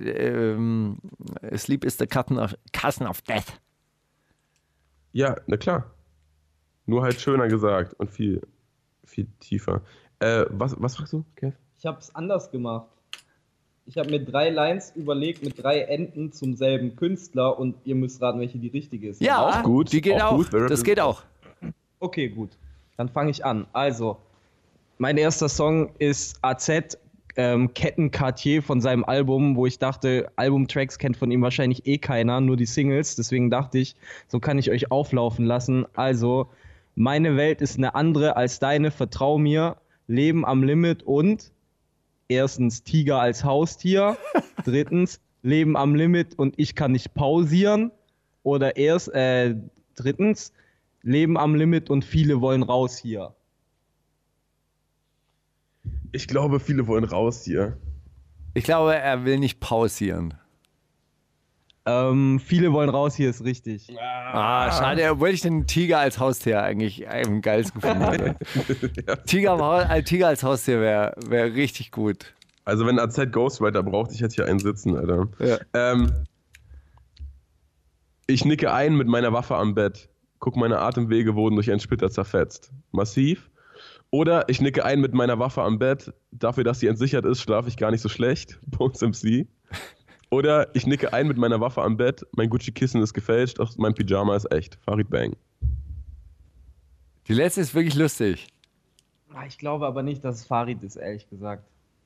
Sleep is the cousin of death. Ja, na klar. Nur halt schöner gesagt und viel, viel tiefer. Was fragst du, Kev? Ich habe es anders gemacht. Ich habe mir 3 Lines überlegt mit 3 Enden zum selben Künstler und ihr müsst raten, welche die richtige ist. Ja, auch gut. Die geht auch. Gut. Das geht auch. Okay, gut. Dann fange ich an. Also, mein erster Song ist AZ, Ketten Cartier von seinem Album, wo ich dachte, Albumtracks kennt von ihm wahrscheinlich keiner, nur die Singles. Deswegen dachte ich, so kann ich euch auflaufen lassen. Also, meine Welt ist eine andere als deine, vertrau mir, Leben am Limit und... Erstens, Tiger als Haustier. Drittens, Leben am Limit und ich kann nicht pausieren. Oder drittens, Leben am Limit und viele wollen raus hier. Ich glaube, viele wollen raus hier. Ich glaube, er will nicht pausieren. Viele wollen raus hier ist richtig. Schade, obwohl ich den Tiger als Haustier eigentlich am geilsten gefunden hätte. Ja. Tiger als Haustier wäre richtig gut. Also wenn AZ Ghostwriter braucht, ich hätte hier einen sitzen, Alter. Ja. Ich nicke ein mit meiner Waffe am Bett. Guck, meine Atemwege wurden durch einen Splitter zerfetzt. Massiv. Oder ich nicke ein mit meiner Waffe am Bett. Dafür, dass sie entsichert ist, schlafe ich gar nicht so schlecht. Bones MC. Oder ich nicke ein mit meiner Waffe am Bett, mein Gucci-Kissen ist gefälscht, doch mein Pyjama ist echt. Farid Bang. Die letzte ist wirklich lustig. Ich glaube aber nicht, dass es Farid ist, ehrlich gesagt.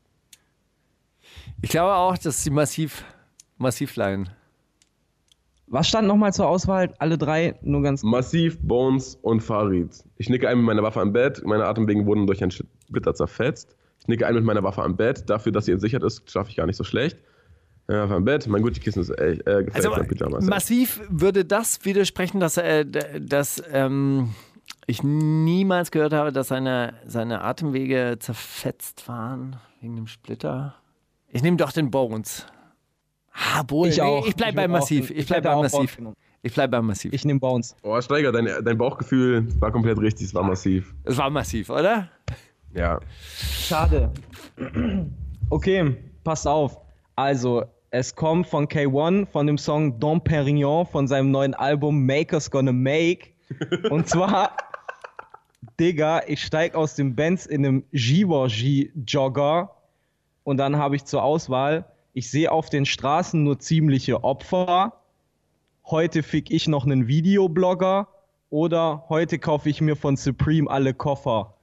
Ich glaube auch, dass sie Massiv-Line. Was stand nochmal zur Auswahl? Alle 3 nur ganz... Massiv, Bones und Farid. Ich nicke ein mit meiner Waffe am Bett, meine Atemwege wurden durch einen Splitter zerfetzt. Ich nicke ein mit meiner Waffe am Bett, dafür, dass sie entsichert ist, schlafe ich gar nicht so schlecht. Ja, am Bett, mein Gucci-Kissen ist gefällt, mein Pyjama ist Massiv würde das widersprechen, dass ich niemals gehört habe, dass seine Atemwege zerfetzt waren wegen dem Splitter. Ich nehme doch den Bones. Bohl. Ich bleibe beim Massiv. Ich bleibe beim Massiv. Ich nehme Bones. Oh, Steiger, dein Bauchgefühl war komplett richtig. Es war massiv. Es war massiv, oder? Ja. Schade. Okay, passt auf. Also, es kommt von K1, von dem Song Dom Perignon, von seinem neuen Album Makers Gonna Make. Und zwar, Digga, ich steig aus dem Benz in einem Givenchy-Jogger und dann habe ich zur Auswahl, ich sehe auf den Straßen nur ziemliche Opfer, heute fick ich noch einen Videoblogger oder heute kaufe ich mir von Supreme alle Koffer.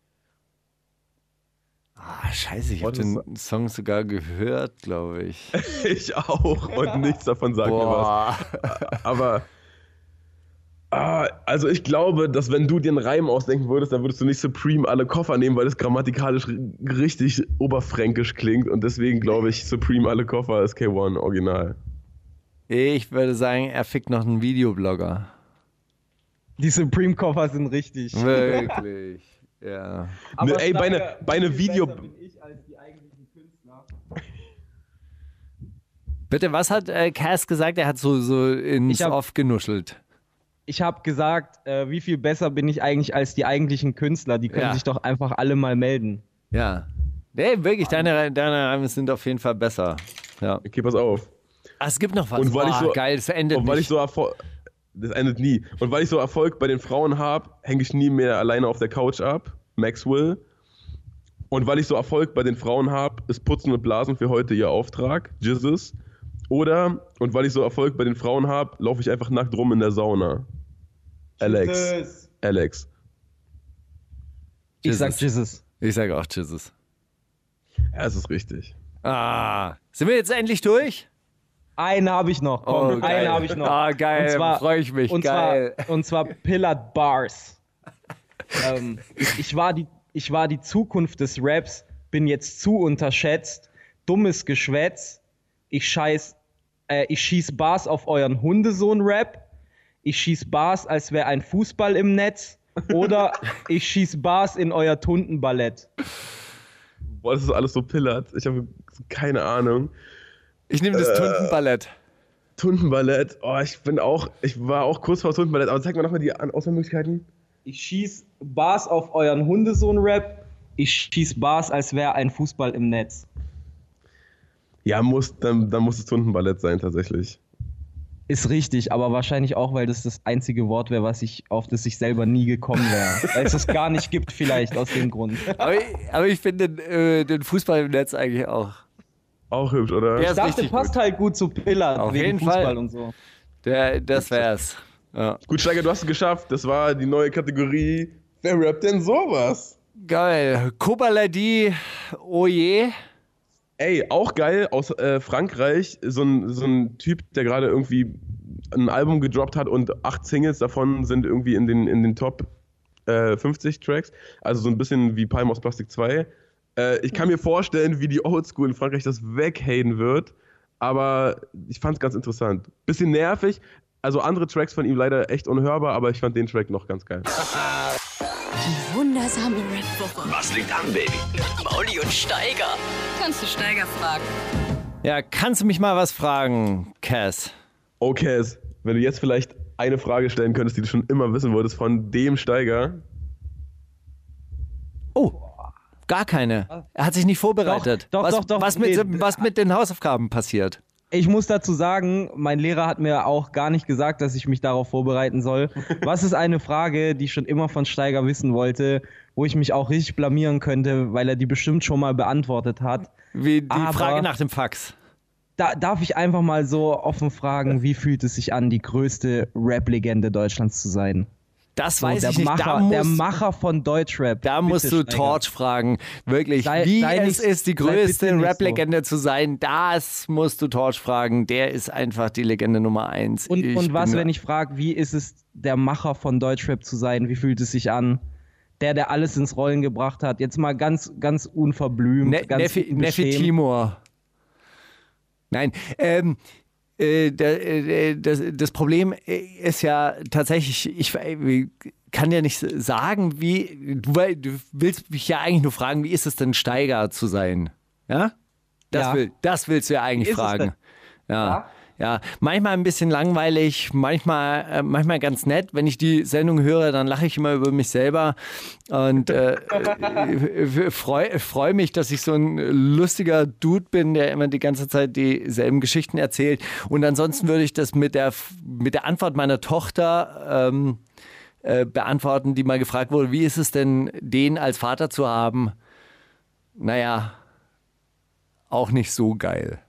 Scheiße, ich habe den Song sogar gehört, glaube ich. Ich auch und nichts davon sagt mir was. Aber, also ich glaube, dass wenn du dir einen Reim ausdenken würdest, dann würdest du nicht Supreme alle Koffer nehmen, weil es grammatikalisch richtig oberfränkisch klingt und deswegen glaube ich, Supreme alle Koffer ist K1 Original. Ich würde sagen, er fickt noch einen Videoblogger. Die Supreme-Koffer sind richtig. Wirklich. Ja. Aber ey, bei einer Video. Bin ich als die eigentlichen Künstler. Bitte, was hat Cass gesagt? Er hat so ins Off genuschelt. Ich habe gesagt, wie viel besser bin ich eigentlich als die eigentlichen Künstler? Die können sich doch einfach alle mal melden. Ja. Nee, wirklich, deine Reime sind auf jeden Fall besser. Ja. Okay, pass auf. Es gibt noch was. Und weil geil, das endet nicht. Das endet nie. Und weil ich so Erfolg bei den Frauen habe, hänge ich nie mehr alleine auf der Couch ab. Maxwell. Und weil ich so Erfolg bei den Frauen habe, ist Putzen und Blasen für heute ihr Auftrag. Jesus. Und weil ich so Erfolg bei den Frauen habe, laufe ich einfach nackt rum in der Sauna. Alex. Ich sag Jesus. Ich sag auch Jesus. Ja, es ist richtig. Sind wir jetzt endlich durch? Eine habe ich noch. Komm, eine habe ich noch. Geil, freue ich mich. Und zwar Pillared Bars. Ich war die Zukunft des Raps, bin jetzt zu unterschätzt. Dummes Geschwätz. Ich schieß Bars auf euren Hundesohn-Rap. Ich schieß Bars, als wäre ein Fußball im Netz. Oder ich schieß Bars in euer Tuntenballett. Boah, das ist alles so pillert. Ich habe keine Ahnung. Ich nehme das Tuntenballett. Tuntenballett. Oh, ich war auch kurz vor Tuntenballett. Aber zeig mir nochmal die Auswahlmöglichkeiten. Ich schieß Bars auf euren Hundesohn-Rap. Ich schieß Bars, als wäre ein Fußball im Netz. Ja, dann muss es Tuntenballett sein, tatsächlich. Ist richtig, aber wahrscheinlich auch, weil das einzige Wort wäre, auf das ich selber nie gekommen wäre. Weil es es gar nicht gibt, vielleicht aus dem Grund. Aber ich finde den Fußball im Netz eigentlich auch. Auch hübsch, oder? Ich dachte, passt gut. Halt gut zu Pillard, auf wegen jeden Fußball Fall. Und so. Das wär's. Ja. Gut, Steiger, du hast es geschafft. Das war die neue Kategorie. Wer rappt denn sowas? Geil. Kobaladi, oje. Ey, auch geil, aus Frankreich, so ein Typ, der gerade irgendwie ein Album gedroppt hat und 8 Singles davon sind irgendwie in den Top 50 Tracks. Also so ein bisschen wie Palm aus Plastik 2. Ich kann mir vorstellen, wie die Oldschool in Frankreich das weghaten wird, aber ich fand's ganz interessant. Bisschen nervig, also andere Tracks von ihm leider echt unhörbar, aber ich fand den Track noch ganz geil. Die wundersame Rap-Woche. Was liegt an, Baby? Mit Mauli und Steiger. Kannst du Steiger fragen? Ja, kannst du mich mal was fragen, Cass? Oh, Cass, wenn du jetzt vielleicht eine Frage stellen könntest, die du schon immer wissen wolltest von dem Steiger. Oh, gar keine. Er hat sich nicht vorbereitet. Doch. Was mit den Hausaufgaben passiert? Ich muss dazu sagen, mein Lehrer hat mir auch gar nicht gesagt, dass ich mich darauf vorbereiten soll. Was ist eine Frage, die ich schon immer von Steiger wissen wollte, wo ich mich auch richtig blamieren könnte, weil er die bestimmt schon mal beantwortet hat. Wie die Frage nach dem Fax. Darf ich einfach mal so offen fragen, wie fühlt es sich an, die größte Rap-Legende Deutschlands zu sein? Das weiß ich nicht. Der Macher von Deutschrap. Da musst du Torch fragen. Wirklich, wie es ist, die größte Rap-Legende zu sein, das musst du Torch fragen. Der ist einfach die Legende Nummer 1. Und was, wenn ich frage, wie ist es, der Macher von Deutschrap zu sein? Wie fühlt es sich an? Der alles ins Rollen gebracht hat. Jetzt mal ganz, ganz unverblümt. Neffi Timur. Nein, Das Problem ist ja tatsächlich, ich kann ja nicht sagen, du willst mich ja eigentlich nur fragen, wie ist es denn, Steiger zu sein? Ja? Das willst du ja eigentlich fragen. Ja, manchmal ein bisschen langweilig, manchmal ganz nett. Wenn ich die Sendung höre, dann lache ich immer über mich selber und freu mich, dass ich so ein lustiger Dude bin, der immer die ganze Zeit dieselben Geschichten erzählt. Und ansonsten würde ich das mit der Antwort meiner Tochter beantworten, die mal gefragt wurde, wie ist es denn, den als Vater zu haben? Naja, auch nicht so geil.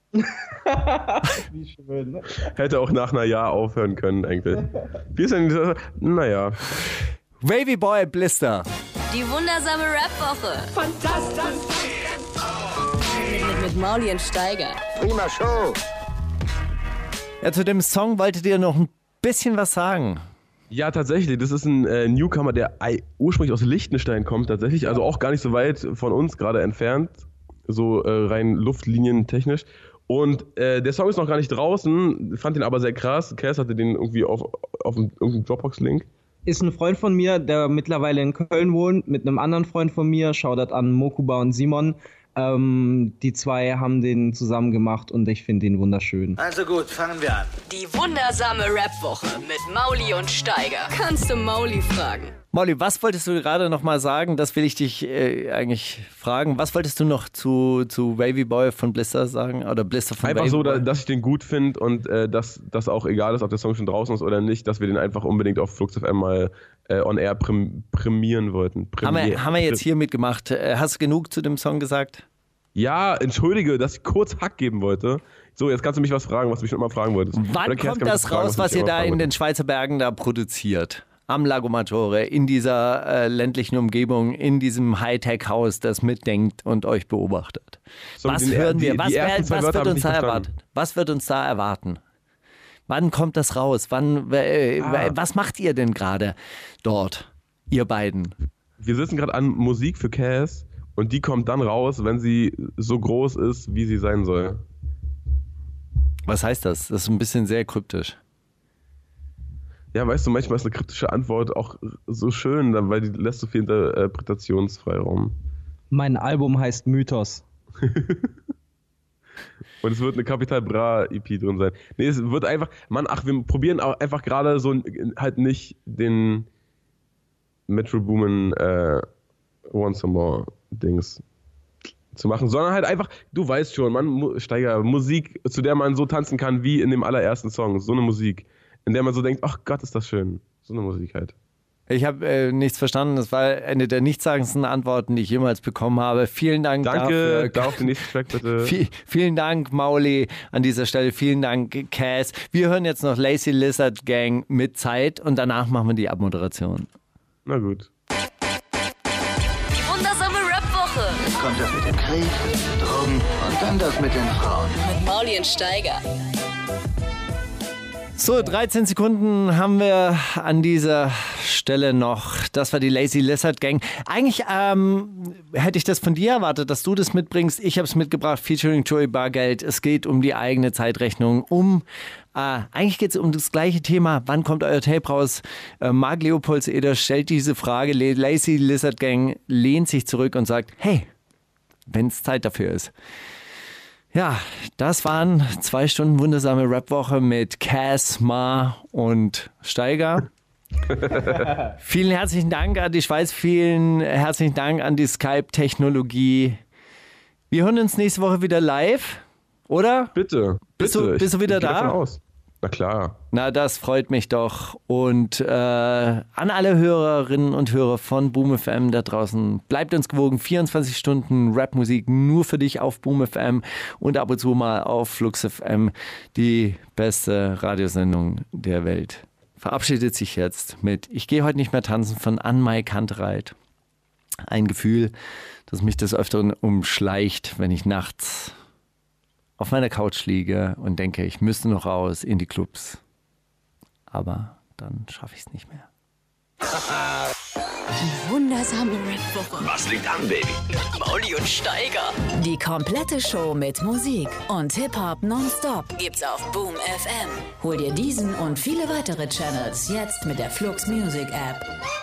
Wie schön, ne? Hätte auch nach einer Jahr aufhören können eigentlich. Wie ist denn dieser? Naja. Wavy Boy Blister. Die wundersame Rap-Woche. Fantastisch. Mit Mauli und Steiger. Prima Show. Ja, zu dem Song wolltet ihr noch ein bisschen was sagen. Ja, tatsächlich. Das ist ein Newcomer, der ursprünglich aus Liechtenstein kommt tatsächlich. Also auch gar nicht so weit von uns gerade entfernt. So rein luftlinientechnisch. Und der Song ist noch gar nicht draußen, fand ihn aber sehr krass. Cass hatte den irgendwie auf irgendeinem Dropbox-Link. Ist ein Freund von mir, der mittlerweile in Köln wohnt, mit einem anderen Freund von mir, Shoutout an Mokuba und Simon. Die zwei haben den zusammen gemacht und ich finde ihn wunderschön. Also gut, fangen wir an. Die wundersame Rap-Woche mit Mauli und Steiger. Kannst du Mauli fragen? Mauli, was wolltest du gerade noch mal sagen? Das will ich dich eigentlich fragen. Was wolltest du noch zu Wavy Boy von Blister sagen? Oder Blister von einfach Wavy so, Boy? Dass ich den gut finde und dass das auch egal ist, ob der Song schon draußen ist oder nicht, dass wir den einfach unbedingt auf Flux FM mal on air prämieren wollten. Haben wir jetzt hier mitgemacht. Hast du genug zu dem Song gesagt? Ja, entschuldige, dass ich kurz Hack geben wollte. So, jetzt kannst du mich was fragen, was du mich schon immer fragen wolltest. Wann kommt das raus, was ihr da in den Schweizer Bergen da produziert? Am Lago Maggiore, in dieser ländlichen Umgebung, in diesem Hightech-Haus, das mitdenkt und euch beobachtet. So, was hören wir? Was wird uns da erwarten? erwarten? Was wird uns da erwarten? Wann kommt das raus? Was macht ihr denn gerade dort, ihr beiden? Wir sitzen gerade an Musik für Cass und die kommt dann raus, wenn sie so groß ist, wie sie sein soll. Was heißt das? Das ist ein bisschen sehr kryptisch. Ja, weißt du, manchmal ist eine kryptische Antwort auch so schön, weil die lässt so viel Interpretationsfreiraum. Mein Album heißt Mythos. Und es wird eine Capital Bra EP drin sein. Nee, es wird einfach, wir probieren auch einfach gerade so halt nicht den Metro Boomin Want Some More Dings zu machen, sondern halt einfach, du weißt schon, Steiger, Musik, zu der man so tanzen kann wie in dem allerersten Song. So eine Musik, in der man so denkt, ach Gott, ist das schön. So eine Musik halt. Ich habe nichts verstanden. Das war eine der nichtssagendsten Antworten, die ich jemals bekommen habe. Vielen Dank dafür. Danke, da auf den nächsten Track bitte. Vielen Dank, Mauli, an dieser Stelle. Vielen Dank, Cass. Wir hören jetzt noch Lazy Lizard Gang mit Zeit und danach machen wir die Abmoderation. Na gut. Die wundersame Rap-Woche Jetzt kommt das mit dem Krieg, Drogen und dann das mit den Frauen. mit Mauli und Steiger. So, 13 Sekunden haben wir an dieser Stelle noch. Das war die Lazy Lizard Gang. Eigentlich hätte ich das von dir erwartet, dass du das mitbringst. Ich habe es mitgebracht, featuring Joey Bargeld. Es geht um die eigene Zeitrechnung, eigentlich geht es um das gleiche Thema. Wann kommt euer Tape raus? Marc Leopoldseder stellt diese Frage. Lazy Lizard Gang lehnt sich zurück und sagt, hey, wenn es Zeit dafür ist. Ja, das waren 2 Stunden wundersame Rap-Woche mit Cass, Ma und Steiger. Vielen herzlichen Dank an die Schweiz, vielen herzlichen Dank an die Skype-Technologie. Wir hören uns nächste Woche wieder live, oder? Bitte. Bist du wieder da? Davon aus. Na klar. Na, das freut mich doch. Und an alle Hörerinnen und Hörer von Boom FM da draußen, bleibt uns gewogen. 24 Stunden Rapmusik nur für dich auf Boom FM und ab und zu mal auf Flux FM, die beste Radiosendung der Welt. Verabschiedet sich jetzt mit Ich gehe heute nicht mehr tanzen von Ann-Mai Kantereit. Ein Gefühl, das mich des Öfteren umschleicht, wenn ich nachts auf meiner Couch liege und denke, ich müsste noch raus in die Clubs. Aber dann schaffe ich es nicht mehr. Die wundersame Rap-Woche. Was liegt an, Baby? Mauli und Steiger. Die komplette Show mit Musik und Hip-Hop nonstop gibt's auf Boom FM. Hol dir diesen und viele weitere Channels jetzt mit der Flux Music App.